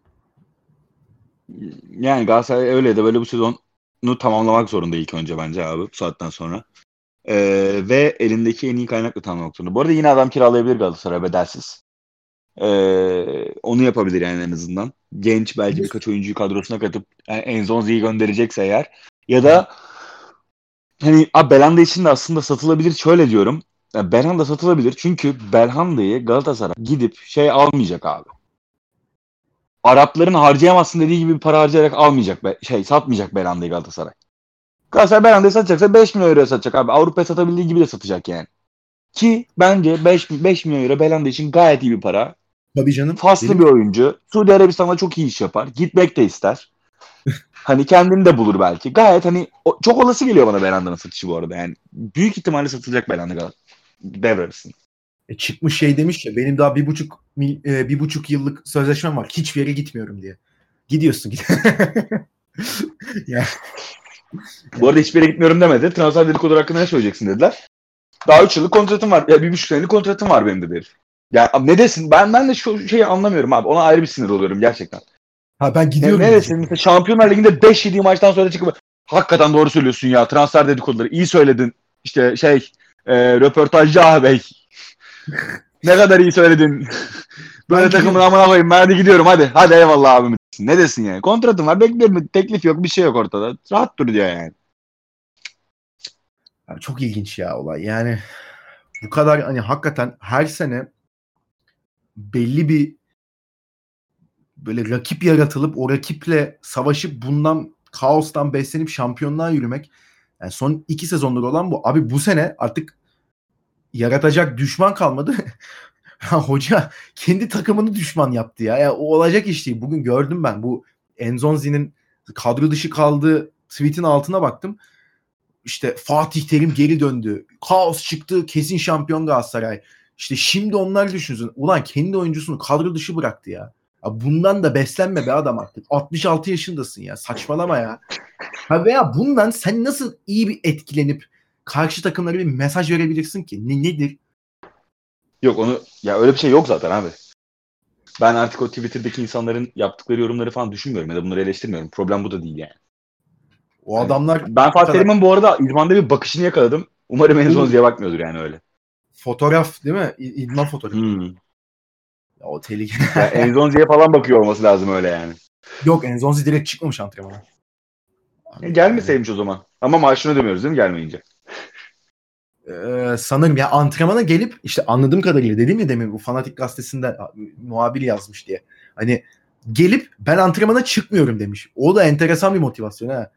Yani Galatasaray öyle de böyle bu sezonu tamamlamak zorunda ilk önce bence abi bu saatten sonra. Ee, ve elindeki en iyi kaynakla tamamlamak zorunda. Bu arada yine adam kiralayabilir Galatasaray bedelsiz. Ee, onu yapabilir yani en azından. Genç belki birkaç oyuncuyu kadrosuna katıp yani Enzonzi'yi gönderecekse eğer. Ya da hani abi Belhanda için de aslında satılabilir. Şöyle diyorum. Yani Belhanda satılabilir çünkü Belhanda'yı Galatasaray gidip şey almayacak abi. Arapların harcayamazsın dediği gibi bir para harcayarak almayacak. Be, şey satmayacak Belhanda'yı Galatasaray. Galatasaray Belhanda'yı satacaksa beş milyon euroya satacak abi. Avrupa'ya satabildiği gibi de satacak yani. Ki bence beş, beş milyon euro Belhanda için gayet iyi bir para. Tabii canım. Faslı Benim... bir oyuncu. Suudi Arabistan'da çok iyi iş yapar. Gitmek de ister. Hani kendini de bulur belki. Gayet hani o, çok olası geliyor bana Belhanda'nın satışı bu arada. Yani büyük ihtimalle satılacak Belhanda devre arasında. E çıkmış şey demiş ya benim daha bir buçuk e, bir buçuk yıllık sözleşmem var. Hiçbir yere gitmiyorum diye. Gidiyorsun. ya. Bu arada hiçbir yere gitmiyorum demedi. Transfer dedikodu hakkında ne söyleyeceksin dediler. Daha üç yıllık kontratım var. Ya bir buçuk senelik kontratım var benim de der. Ya ne desin? Ben ben de şu şeyi anlamıyorum abi. Ona ayrı bir sinir oluyorum gerçekten. Ha ben gidiyorum. Ya neresin? Mesela Şampiyonlar Ligi'nde beş yedi maçtan sonra çıkıp Hakikaten doğru söylüyorsun ya. Transfer dedikoduları iyi söyledin. İşte şey e, röportajcı ağabey. Ne kadar iyi söyledin. Böyle Ben takımın gidiyorum. amına koyayım. Ben hadi gidiyorum hadi. Hadi eyvallah abim. Ne desin yani? Kontratım var bekliyorum. Teklif yok bir şey yok ortada. Rahat dur diyor yani. Ya çok ilginç ya olay. Yani bu kadar hani hakikaten her sene belli bir böyle rakip yaratılıp o rakiple savaşıp bundan kaostan beslenip şampiyonluğa yürümek. Yani son iki sezondur olan bu. Abi bu sene artık yaratacak düşman kalmadı. Hoca kendi takımını düşman yaptı ya. Ya o olacak iş değil. Bugün gördüm ben bu Enzonzi'nin kadro dışı kaldığı tweet'in altına baktım. İşte Fatih Terim geri döndü. Kaos çıktı. Kesin şampiyon Galatasaray. İşte şimdi onlar düşünsün. Ulan kendi oyuncusunu kadro dışı bıraktı ya. Ya bundan da beslenme be adam artık. altmış altı yaşındasın ya. Saçmalama ya. Ha veya bundan sen nasıl iyi bir etkilenip karşı takımlara bir mesaj verebilirsin ki? Ne, nedir? Yok onu ya öyle bir şey yok zaten abi. Ben artık o Twitter'daki insanların yaptıkları yorumları falan düşünmüyorum ya da bunları eleştirmiyorum. Problem bu da değil yani. O Yani adamlar ben Fatih kadar Terim'in bu arada idmanda bir bakışını yakaladım. Umarım Enzonzi'ye bakmıyordur yani öyle. fotoğraf değil mi? İ- İdman fotoğrafı. Hmm. Ya o tehlikeli. Ya Enzonzi'ye falan bakıyor olması lazım öyle yani. Yok Enzonzi direkt çıkmamış antrenmana. Ya Abi, gelmeseymiş o zaman. Ama maaşını ödemiyoruz değil mi gelmeyince? Ee, sanırım ya antrenmana gelip işte anladığım kadarıyla dedim ya demin bu Fanatik gazetesinde muhabir yazmış diye. Hani gelip ben antrenmana çıkmıyorum demiş. O da enteresan bir motivasyon ha.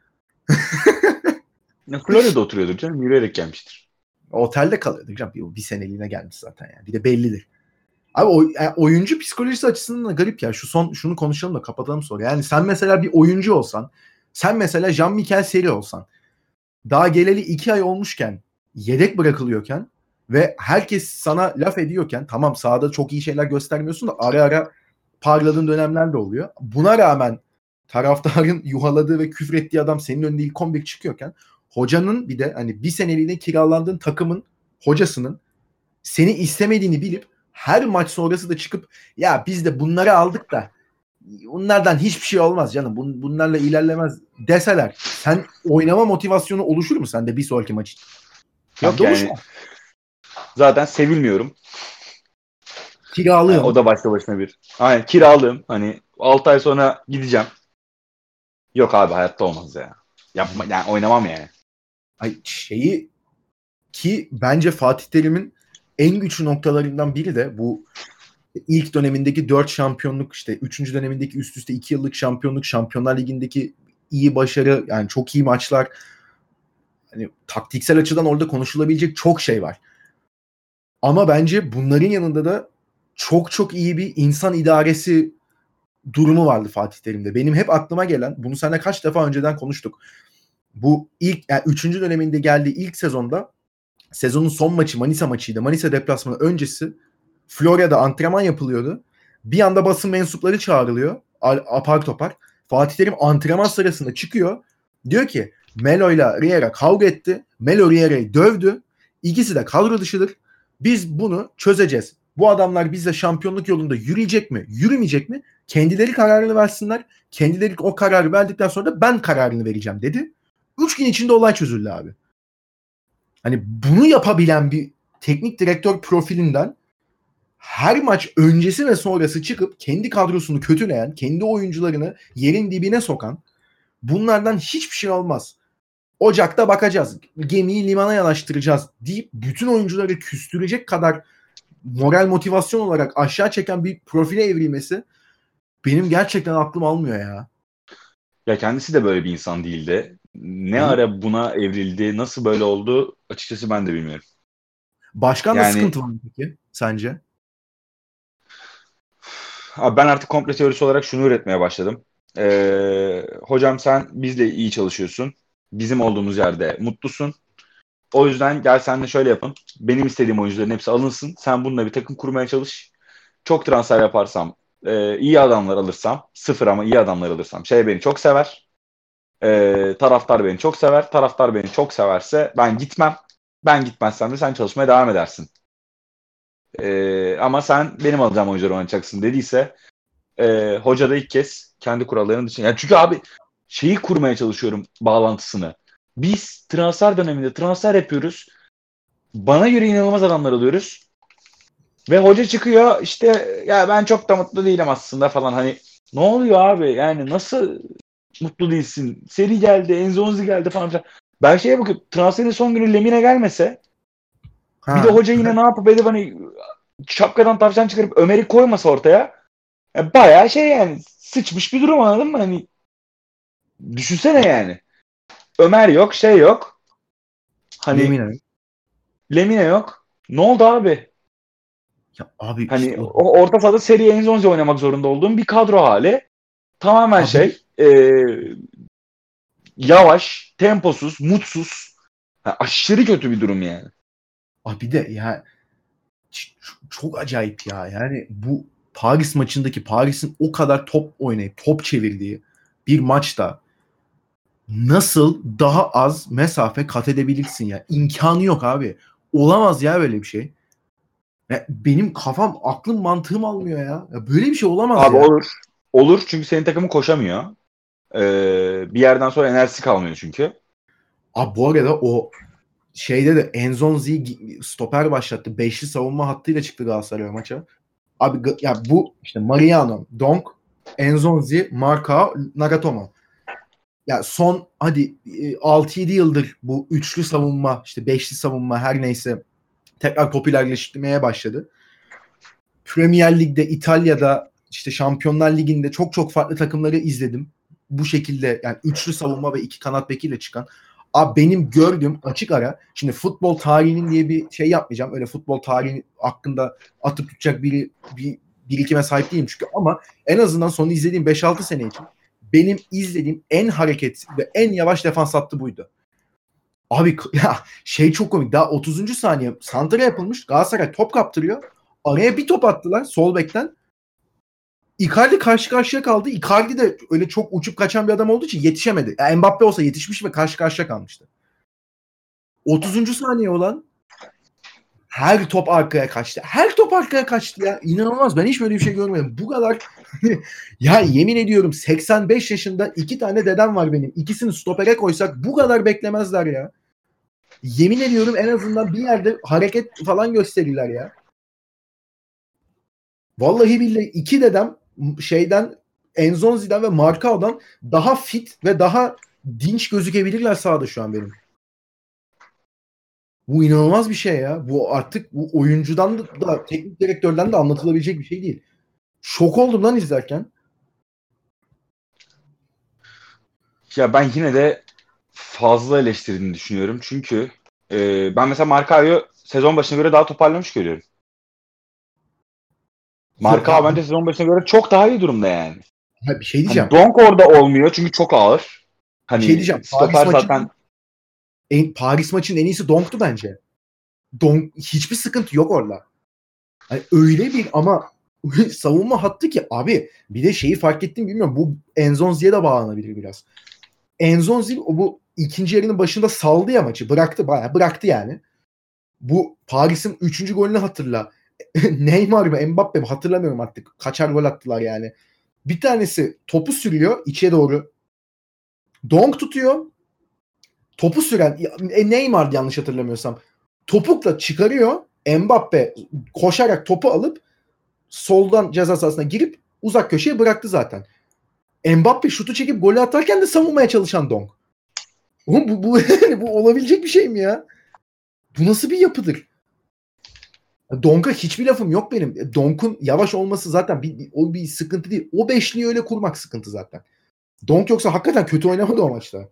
Ya Florya'da oturuyordur canım. Yürüyerek gelmiştir. Otelde kalıyordu canım. Bir, bir seneliğine gelmiş zaten yani. Bir de bellidir. Abi o, yani oyuncu psikolojisi açısından da garip ya. Şu son şunu konuşalım da kapatalım sonra. Yani sen mesela bir oyuncu olsan, sen mesela Jean-Michel Seri olsan, daha geleli iki ay olmuşken, yedek bırakılıyorken ve herkes sana laf ediyorken, tamam sahada çok iyi şeyler göstermiyorsun da ara ara parladığın dönemler de oluyor. Buna rağmen taraftarın yuhaladığı ve küfrettiği adam senin önünde ilk on bir çıkıyorken, hocanın bir de hani bir seneliğine kiralandığın takımın hocasının seni istemediğini bilip her maç sonrası da çıkıp ya biz de bunları aldık da bunlardan hiçbir şey olmaz canım. Bun, bunlarla ilerlemez deseler sen oynama motivasyonu oluşur mu sende bir sonraki maç için? Yok Bende yani oluşmaz. zaten sevilmiyorum. Yani o Kiralıyorsun. da başta başına bir. Aynen kiralığım. Hani altı ay sonra gideceğim. Yok abi hayatta olmaz ya. Yapma yani oynamam yani. Ay şeyi ki bence Fatih Terim'in en güçlü noktalarından biri de bu ilk dönemindeki dört şampiyonluk işte üçüncü dönemindeki üst üste iki yıllık şampiyonluk, Şampiyonlar Ligi'ndeki iyi başarı yani çok iyi maçlar. Hani taktiksel açıdan orada konuşulabilecek çok şey var. Ama bence bunların yanında da çok çok iyi bir insan idaresi durumu vardı Fatih Terim'de. Benim hep aklıma gelen, bunu seninle kaç defa önceden konuştuk. Bu ilk yani üçüncü döneminde geldiği ilk sezonda sezonun son maçı Manisa maçıydı. Manisa deplasmanı öncesi Florya'da antrenman yapılıyordu. Bir anda basın mensupları çağrılıyor. Apar topar. Fatih Terim antrenman sırasında çıkıyor. Diyor ki Melo ile Riera kavga etti. Melo Riera'yı dövdü. İkisi de kadro dışıdır. Biz bunu çözeceğiz. Bu adamlar bizle şampiyonluk yolunda yürüyecek mi, yürümeyecek mi? Kendileri kararını versinler. Kendileri o kararı verdikten sonra da ben kararını vereceğim dedi. Üç gün içinde olay çözüldü abi. Hani bunu yapabilen bir teknik direktör profilinden her maç öncesi ve sonrası çıkıp kendi kadrosunu kötüleyen, kendi oyuncularını yerin dibine sokan bunlardan hiçbir şey olmaz. Ocakta bakacağız. Gemiyi limana yanaştıracağız deyip bütün oyuncuları küstürecek kadar moral motivasyon olarak aşağı çeken bir profile evrilmesi benim gerçekten aklım almıyor ya. Ya kendisi de böyle bir insan değildi. Ne Değil. ara buna evrildi, nasıl böyle oldu açıkçası ben de bilmiyorum. Başkan da Yani sıkıntı var mı peki sence? abi ben artık komple teorisi olarak şunu üretmeye başladım. Ee, hocam sen bizle iyi çalışıyorsun. Bizim olduğumuz yerde mutlusun. O yüzden gel senle şöyle yapın. Benim istediğim oyuncuların hepsi alınsın. Sen bununla bir takım kurmaya çalış. Çok transfer yaparsam, e, iyi adamlar alırsam, sıfır ama iyi adamlar alırsam şey beni çok sever. E, taraftar beni çok sever. Taraftar beni çok severse ben gitmem. Ben gitmezsem de sen çalışmaya devam edersin. E, ama sen benim alacağım oyuncuları oynayacaksın dediyse e, hoca da ilk kez kendi kurallarının dışında. Yani çünkü abi şeyi kurmaya çalışıyorum bağlantısını. Biz transfer döneminde transfer yapıyoruz. Bana göre inanılmaz adamlar alıyoruz. Ve hoca çıkıyor işte ya ben çok da mutlu değilim aslında falan hani ne oluyor abi yani nasıl mutlu değilsin? Seri geldi, Enzonzi geldi falan filan. Ben şeye bakıp transferin son günü Lemine gelmese Ha. bir de hoca yine ne yapıp edip hani şapkadan tavşan çıkarıp Ömer'i koymasa ortaya yani bayağı şey yani sıçmış bir durum anladın mı? Hani düşünsene yani. Ömer yok, şey yok. Hani Lemina. Lemine yok. Ne oldu abi? Ya abi işte Hani o o orta sahada seri Enzonzi oynamak zorunda olduğum bir kadro hali. Tamamen abi, şey e, yavaş, temposuz, mutsuz. Yani aşırı kötü bir durum yani. abi de ya ç- çok acayip ya. Yani bu Paris maçındaki Paris'in o kadar top oynayıp top çevirdiği bir maçta nasıl daha az mesafe kat edebilirsin ya? İmkanı yok abi. Olamaz ya böyle bir şey. Ya benim kafam, aklım, mantığım almıyor ya. Ya böyle bir şey olamaz Abi ya. olur. Olur çünkü senin takımın koşamıyor. Ee, bir yerden sonra enerjisi kalmıyor çünkü. Abi bu arada o şeyde de Enzonzi'yi stoper başlattı. Beşli savunma hattıyla çıktı Galatasaray maça. Abi ya bu işte Mariano, Donk, Enzonzi, Marka, Nagatomo. Ya son hadi altı yedi yıldır bu üçlü savunma, işte beşli savunma her neyse tekrar popülerleşmeye başladı. Premier Lig'de, İtalya'da, işte Şampiyonlar Ligi'nde çok çok farklı takımları izledim. Bu şekilde yani üçlü savunma ve iki kanat bekiyle çıkan. Abi benim gördüğüm açık ara, şimdi futbol tarihinin diye bir şey yapmayacağım. Öyle futbol tarihi hakkında atıp tutacak bir, bir birikime sahip değilim çünkü, ama en azından son izlediğim beş altı sene için benim izlediğim en hareketli ve en yavaş defans hattı buydu. Abi ya şey çok komik. Daha otuzuncu saniye santra yapılmış. Galatasaray top kaptırıyor. Araya bir top attılar sol bekten. Icardi karşı karşıya kaldı. Icardi de öyle çok uçup kaçan bir adam olduğu için yetişemedi. Yani Mbappe olsa yetişmiş ve karşı karşıya kalmıştı. otuzuncu saniye olan her top arkaya kaçtı. Her top arkaya kaçtı ya. İnanılmaz. Ben hiç böyle bir şey görmedim. Bu kadar ya yemin ediyorum seksen beş yaşında iki tane dedem var benim. İkisini stopere koysak bu kadar beklemezler ya. Yemin ediyorum en azından bir yerde hareket falan gösterirler ya. Vallahi billahi iki dedem şeyden, Enzonzi'den ve Marcao'dan daha fit ve daha dinç gözükebilirler sahada şu an benim. Bu inanılmaz bir şey ya. Bu artık bu oyuncudan da, da teknik direktörden de anlatılabilecek bir şey değil. Şok oldum lan izlerken. Ya ben yine de fazla eleştirdiğini düşünüyorum. Çünkü e, ben mesela Markao'yu sezon başına göre daha toparlamış görüyorum. Yok Markao ya, bence sezon başına göre çok daha iyi durumda yani. bir şey diyeceğim. Hani Donk orada olmuyor çünkü çok ağır. Bir şey Hani diyeceğim. Paris stoper maçının zaten en, Paris maçının en iyisi Donk'tu bence. Donk, hiçbir sıkıntı yok orada. Yani öyle bir ama savunma hattı ki abi, bir de şeyi fark ettim bilmiyorum, bu Enzonzi'ye de bağlanabilir biraz. Enzonzi bu ikinci yarının başında saldı ya maçı, bıraktı, bayağı bıraktı yani. Bu Paris'in üçüncü golünü hatırla. Neymar mı Mbappe mi hatırlamıyorum artık. Kaçar gol attılar yani. Bir tanesi topu sürüyor içe doğru. Donk tutuyor. Topu süren e, Neymar yanlış hatırlamıyorsam. Topukla çıkarıyor. Mbappe koşarak topu alıp soldan ceza sahasına girip uzak köşeye bıraktı zaten. Mbappe şutu çekip golü atarken de savunmaya çalışan Donk. Oğlum bu, bu, bu olabilecek bir şey mi ya? Bu nasıl bir yapıdır? Donk'a hiçbir lafım yok benim. Donk'un yavaş olması zaten bir, bir, o bir sıkıntı değil. O beşliği öyle kurmak sıkıntı zaten. Donk yoksa hakikaten kötü oynamadı o maçta.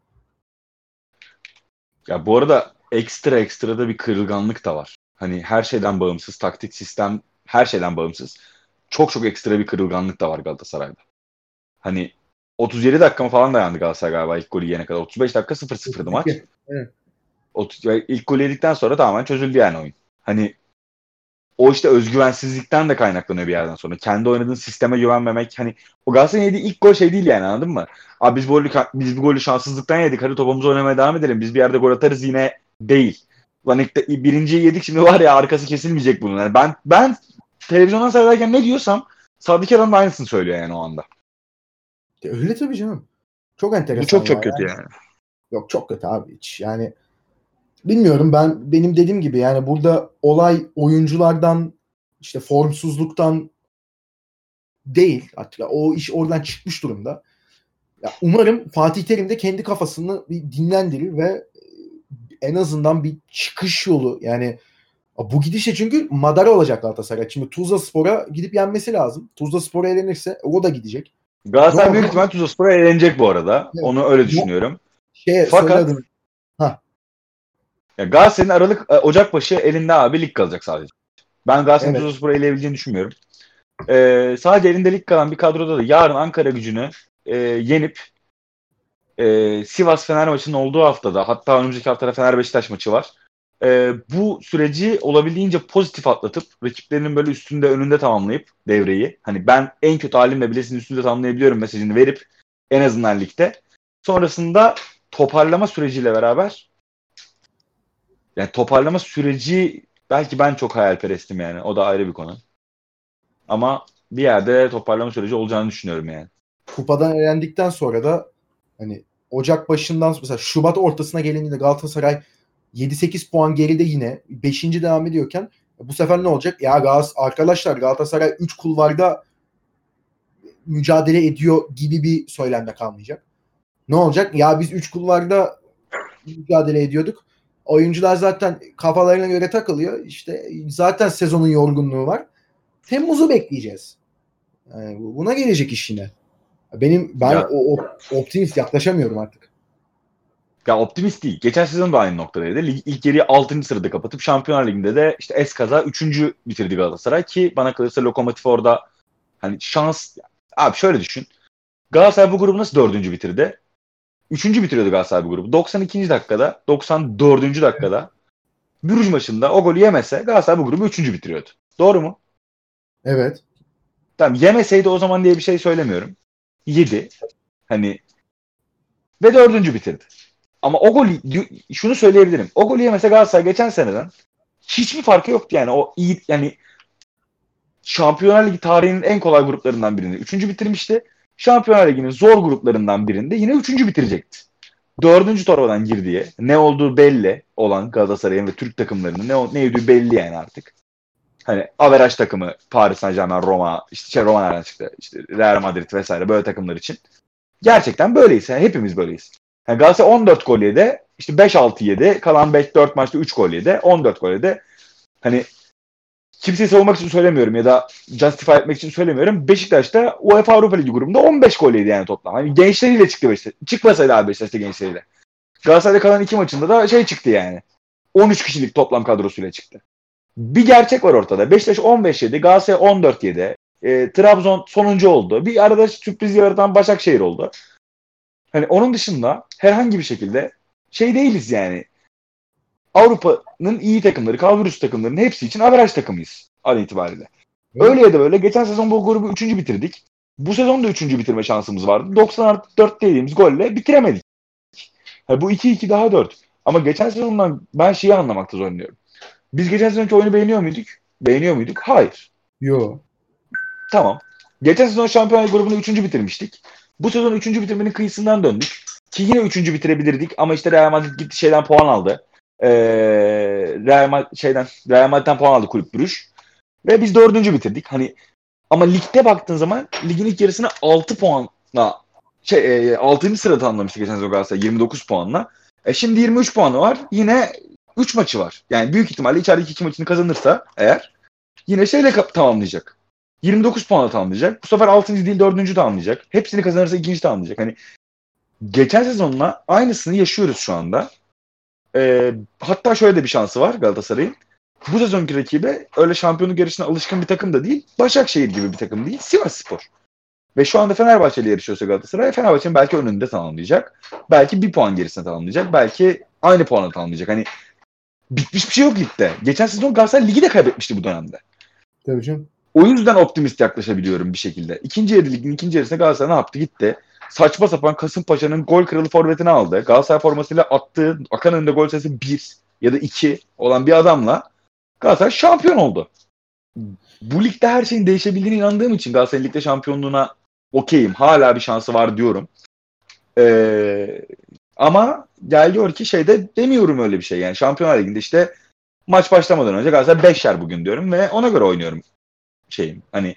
ya bu arada ekstra ekstra da bir kırılganlık da var. Hani her şeyden bağımsız, taktik sistem her şeyden bağımsız. Çok çok ekstra bir kırılganlık da var Galatasaray'da. Hani otuz yedi dakika mı falan dayandı Galatasaray galiba ilk golü yiyene kadar. otuz beş dakika sıfır sıfırdı maç. Evet. otuz, ilk golü yedikten sonra tamamen çözüldü yani oyun. Hani o işte özgüvensizlikten de kaynaklanıyor bir yerden sonra. Kendi oynadığın sisteme güvenmemek. Hani o Galatasaray'ın yediği ilk gol şey değil yani, anladın mı? Abi biz bu golü, biz bu golü şanssızlıktan yedik. Hadi topumuzu oynamaya devam edelim. Biz bir yerde gol atarız yine değil. Lan ilk de, birinciyi yedik şimdi var ya arkası kesilmeyecek bunun. Yani ben ben televizyondan seyrederken ne diyorsam Sadık Eren de aynısını söylüyor yani o anda. Öyle tabii canım. Çok enteresan. Bu çok çok ya. kötü yani. yani. Yok çok kötü abi hiç. Yani bilmiyorum ben benim dediğim gibi yani burada olay oyunculardan işte formsuzluktan değil. Artık o iş oradan çıkmış durumda. Ya umarım Fatih Terim de kendi kafasını bir dinlendirir ve en azından bir çıkış yolu yani bu gidişe çünkü madara olacak Galatasaray. Şimdi Tuzlaspor'a gidip yenmesi lazım. Tuzlaspor'a elenirse o da gidecek. Galatasaray büyük ihtimal Tuzlaspor'a eğlenecek bu arada. Evet. Onu öyle düşünüyorum. Şeye Fakat söyledim. Ha. Ya Galatasaray'ın Aralık Ocak başı elinde abi lig kalacak sadece. Ben Galatasaray'ın Evet. Tuzlaspor'u eleyebileceğini düşünmüyorum. Ee, sadece elinde lig kalan bir kadroda da yarın Ankara Gücü'nü e, yenip e, Sivas Fener maçının olduğu haftada, hatta önümüzdeki haftada Fener Beşiktaş maçı var. E, bu süreci olabildiğince pozitif atlatıp rakiplerinin böyle üstünde önünde tamamlayıp devreyi, hani ben en kötü halimle bile sizin üstünde tamamlayabiliyorum mesajını verip en azından ligde, sonrasında toparlama süreciyle beraber, yani toparlama süreci belki ben çok hayalperestim yani, o da ayrı bir konu. Ama bir yerde toparlama süreci olacağını düşünüyorum yani. Kupadan elendikten sonra da hani Ocak başından mesela Şubat ortasına gelindiğinde Galatasaray yedi sekiz puan geride yine beşinci devam ediyorken bu sefer ne olacak? Ya Galatasaray, arkadaşlar Galatasaray üç kulvarda mücadele ediyor gibi bir söylemde kalmayacak. Ne olacak? Ya biz üç kulvarda mücadele ediyorduk. Oyuncular zaten kafalarına göre takılıyor. İşte zaten sezonun yorgunluğu var. Temmuz'u bekleyeceğiz. Yani buna gelecek iş yine. Benim ben Ya, o, o optimist yaklaşamıyorum artık. Ya optimist değil. Geçen sezon da aynı noktadaydı. Lig, ilk yarıyı altıncı sırada kapatıp Şampiyonlar Ligi'nde de işte eskaza üçüncü bitirdi Galatasaray ki bana kalırsa Lokomotiv orada hani şans, abi şöyle düşün. Galatasaray bu grubu nasıl dördüncü bitirdi? Üçüncü bitiriyordu Galatasaray bu grubu. doksan ikinci dakikada, doksan dördüncü dakikada Brüj maçında o golü yemese Galatasaray bu grubu üçüncü bitiriyordu. Doğru mu? Evet. Tamam, yemeseydi o zaman diye bir şey söylemiyorum. Yedi. Hani ve dördüncü bitirdi. Ama o golü, şunu söyleyebilirim. O golü yemese Galatasaray geçen seneden hiçbir farkı yoktu yani. O iyi yani, Şampiyonlar Ligi tarihinin en kolay gruplarından birinde üçüncü bitirmişti. Şampiyonlar Ligi'nin zor gruplarından birinde yine üçüncü bitirecekti. Dördüncü torbadan girdiği, ne olduğu belli olan Galatasaray'ın ve Türk takımlarının ne, ne olduğu belli yani artık. Hani averaj takımı Paris Saint-Germain, Roma, işte şey Roma nereden çıktı? İşte Real Madrid vesaire böyle takımlar için. Gerçekten böyleyiz. Yani hepimiz böyleyiz. Yani Galatasaray on dört gol yedi. İşte beş altı yedi. Kalan beş dört maçta üç gol yedi. on dört gol yedi. Hani kimseyi savunmak için söylemiyorum ya da justify etmek için söylemiyorum. Beşiktaş'ta UEFA Avrupa Ligi grubunda on beş gol yedi yani toplam. Hani gençleriyle çıktı Beşiktaş. Çıkmasaydı abi Beşiktaş'ta gençleriyle. Galatasaray'da kalan iki maçında da şey çıktı yani. on üç kişilik toplam kadrosuyla çıktı. Bir gerçek var ortada. Beşiktaş on beş yedi. Galatasaray on dört yedi. E, Trabzon sonuncu oldu. Bir arada sürpriz yaratan Başakşehir oldu. Hani onun dışında herhangi bir şekilde şey değiliz yani. Avrupa'nın iyi takımları, kalburüstü takımlarının hepsi için averaj takımıyız an itibariyle. Evet. Öyle ya da böyle geçen sezon bu grubu üçüncü bitirdik. Bu sezon da üçüncü bitirme şansımız vardı. doksan artı dört dediğimiz golle bitiremedik. Yani bu iki iki daha dört. Ama geçen sezondan ben şeyi anlamakta zorlanıyorum. Biz geçen sezonki oyunu beğeniyor muyduk? Beğeniyor muyduk? Hayır. Yok. Tamam. Geçen sezon Şampiyonlar grubunu üçüncü bitirmiştik. Bu sezon üçüncü bitirmenin kıyısından döndük. Ki yine üçüncü bitirebilirdik ama işte Real Madrid gitti şeyden puan aldı. Ee, Real Madrid şeyden Real Madrid'den puan aldı Kulüp Brüj. Ve biz dördüncü bitirdik. Hani ama ligde baktığın zaman ligin ilk yarısını altı puanla şey, e, altıncı sırada tamamlamıştı geçen sezon Galatasaray yirmi dokuz puanla. E şimdi yirmi üç puanı var. Yine üç maçı var. Yani büyük ihtimalle içerideki iki maçını kazanırsa eğer yine şeyle tamamlayacak. yirmi dokuz puanla tamamlayacak. Bu sefer altıncı değil dördüncü tamamlayacak. Hepsini kazanırsa ikinci tamamlayacak. Hani geçen sezonla aynısını yaşıyoruz şu anda. Ee, hatta şöyle de bir şansı var Galatasaray'ın. Bu sezonki rakibi öyle şampiyonluk yarışına alışkın bir takım da değil. Başakşehir gibi bir takım değil. Sivasspor. Ve şu anda Fenerbahçe ile yarışıyorsa Galatasaray, Fenerbahçe'nin belki önünde tamamlayacak. Belki bir puan gerisine tamamlayacak. Belki aynı puanla tamamlayacak. Hani bitmiş bir şey yok ligde. Geçen sezon Galatasaray ligi de kaybetmişti bu dönemde. Tabii canım. O yüzden optimist yaklaşabiliyorum bir şekilde. İkinci yarı ligin ikinci yarısında Galatasaray ne yaptı? Gitti. Saçma sapan Kasımpaşa'nın gol kralı forvetini aldı. Galatasaray formasıyla attığı akan önünde gol sayısı bir ya da iki olan bir adamla Galatasaray şampiyon oldu. Bu ligde her şeyin değişebildiğine inandığım için Galatasaray ligde şampiyonluğuna okeyim. Hala bir şansı var diyorum. Ee, ama geliyor ki şeyde demiyorum öyle bir şey. Yani Şampiyonlar Ligi'nde işte maç başlamadan önce Galatasaray beş yer bugün diyorum ve ona göre oynuyorum şeyim. Hani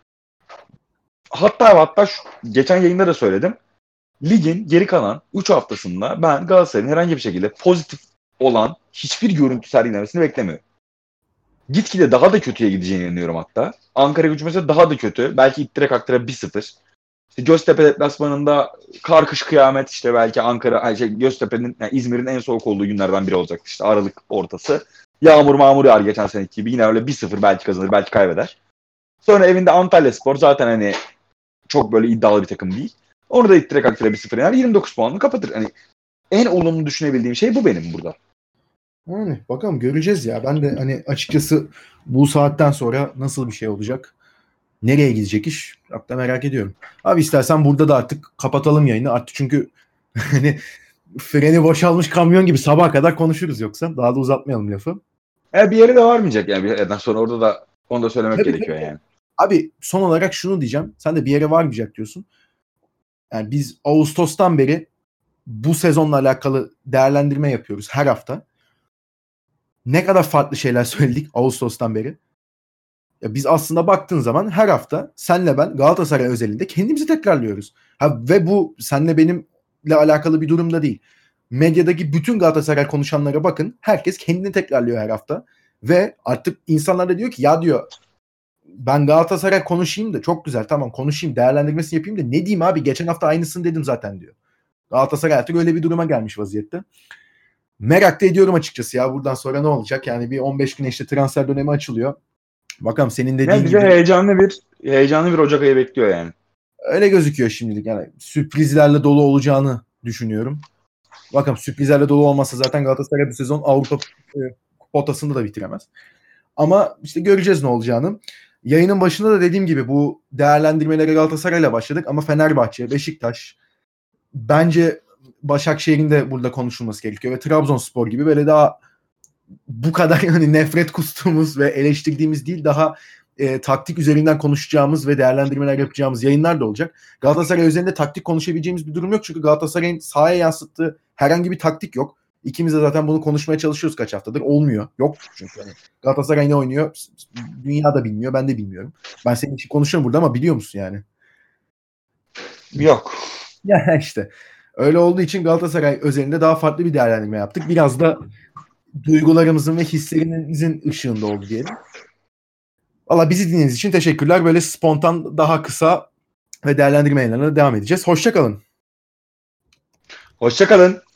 hatta hatta şu, geçen yayında da söyledim. Ligin geri kalan üç haftasında ben Galatasaray'ın herhangi bir şekilde pozitif olan hiçbir görüntü sergilemesini beklemiyorum. Gitgide daha da kötüye gideceğine inanıyorum hatta. Ankara Gücü mesela daha da kötü. Belki ittire kaktıra bir sıfır. İşte Göztepe deplasmanında kar kış kıyamet, işte belki Ankara, şey, Göztepe'nin, yani İzmir'in en soğuk olduğu günlerden biri olacak. İşte Aralık ortası. Yağmur mağmur yağar geçen seneki gibi. Yine öyle bir sıfır belki kazanır, belki kaybeder. Sonra evinde Antalyaspor, zaten hani çok böyle iddialı bir takım değil. Onu da ittire kaktıra bir sıfır yener. yirmi dokuz puanını kapatır. Hani en olumlu düşünebildiğim şey bu benim burada. Yani bakalım, göreceğiz ya. Ben de hani açıkçası bu saatten sonra nasıl bir şey olacak? Nereye gidecek iş? Çok da merak ediyorum. Abi istersen burada da artık kapatalım yayını. Artık çünkü hani freni boşalmış kamyon gibi sabaha kadar konuşuruz yoksa. Daha da uzatmayalım lafı. E, bir yere de varmayacak yani. Bir yerden sonra orada da onu da söylemek Tabii, gerekiyor tabii. yani. Abi son olarak şunu diyeceğim. Sen de bir yere varmayacak diyorsun. Yani biz Ağustos'tan beri bu sezonla alakalı değerlendirme yapıyoruz her hafta. Ne kadar farklı şeyler söyledik Ağustos'tan beri. Ya biz aslında baktığın zaman her hafta senle ben Galatasaray özelinde kendimizi tekrarlıyoruz. Ha, ve bu senle benimle alakalı bir durumda değil. Medyadaki bütün Galatasaray konuşanlara bakın. Herkes kendini tekrarlıyor her hafta. Ve artık insanlar da diyor ki ya diyor, ben Galatasaray konuşayım da çok güzel, tamam konuşayım, değerlendirmesini yapayım da ne diyeyim abi, geçen hafta aynısını dedim zaten diyor. Galatasaray artık öyle bir duruma gelmiş vaziyette. Merak da ediyorum açıkçası ya, buradan sonra ne olacak? Yani bir on beş güne işte transfer dönemi açılıyor. Bakalım senin dediğin Yani bize gibi. heyecanlı bir heyecanlı bir Ocak ayı bekliyor yani. Öyle gözüküyor şimdilik. Yani sürprizlerle dolu olacağını düşünüyorum. Bakalım, sürprizlerle dolu olmazsa zaten Galatasaray bu sezon Avrupa e, potasında da bitiremez. Ama işte göreceğiz ne olacağını. Yayının başında da dediğim gibi bu değerlendirmelere Galatasaray'la başladık ama Fenerbahçe, Beşiktaş, bence Başakşehir'in de burada konuşulması gerekiyor ve Trabzonspor gibi böyle daha bu kadar hani nefret kustuğumuz ve eleştirdiğimiz değil, daha e, taktik üzerinden konuşacağımız ve değerlendirmeler yapacağımız yayınlar da olacak. Galatasaray üzerinde taktik konuşabileceğimiz bir durum yok çünkü Galatasaray'ın sahaya yansıttığı herhangi bir taktik yok. İkimiz de zaten bunu konuşmaya çalışıyoruz kaç haftadır. Olmuyor. Yok çünkü. Yani Galatasaray ne oynuyor? Dünya da bilmiyor. Ben de bilmiyorum. Ben senin için konuşuyorum burada ama biliyor musun yani? Yok. Ya işte. Öyle olduğu için Galatasaray özelinde daha farklı bir değerlendirme yaptık. Biraz da duygularımızın ve hislerimizin ışığında oldu diyelim. Valla bizi dinlediğiniz için teşekkürler. Böyle spontan, daha kısa ve değerlendirme yayınlarına devam edeceğiz. Hoşça kalın. Hoşça kalın.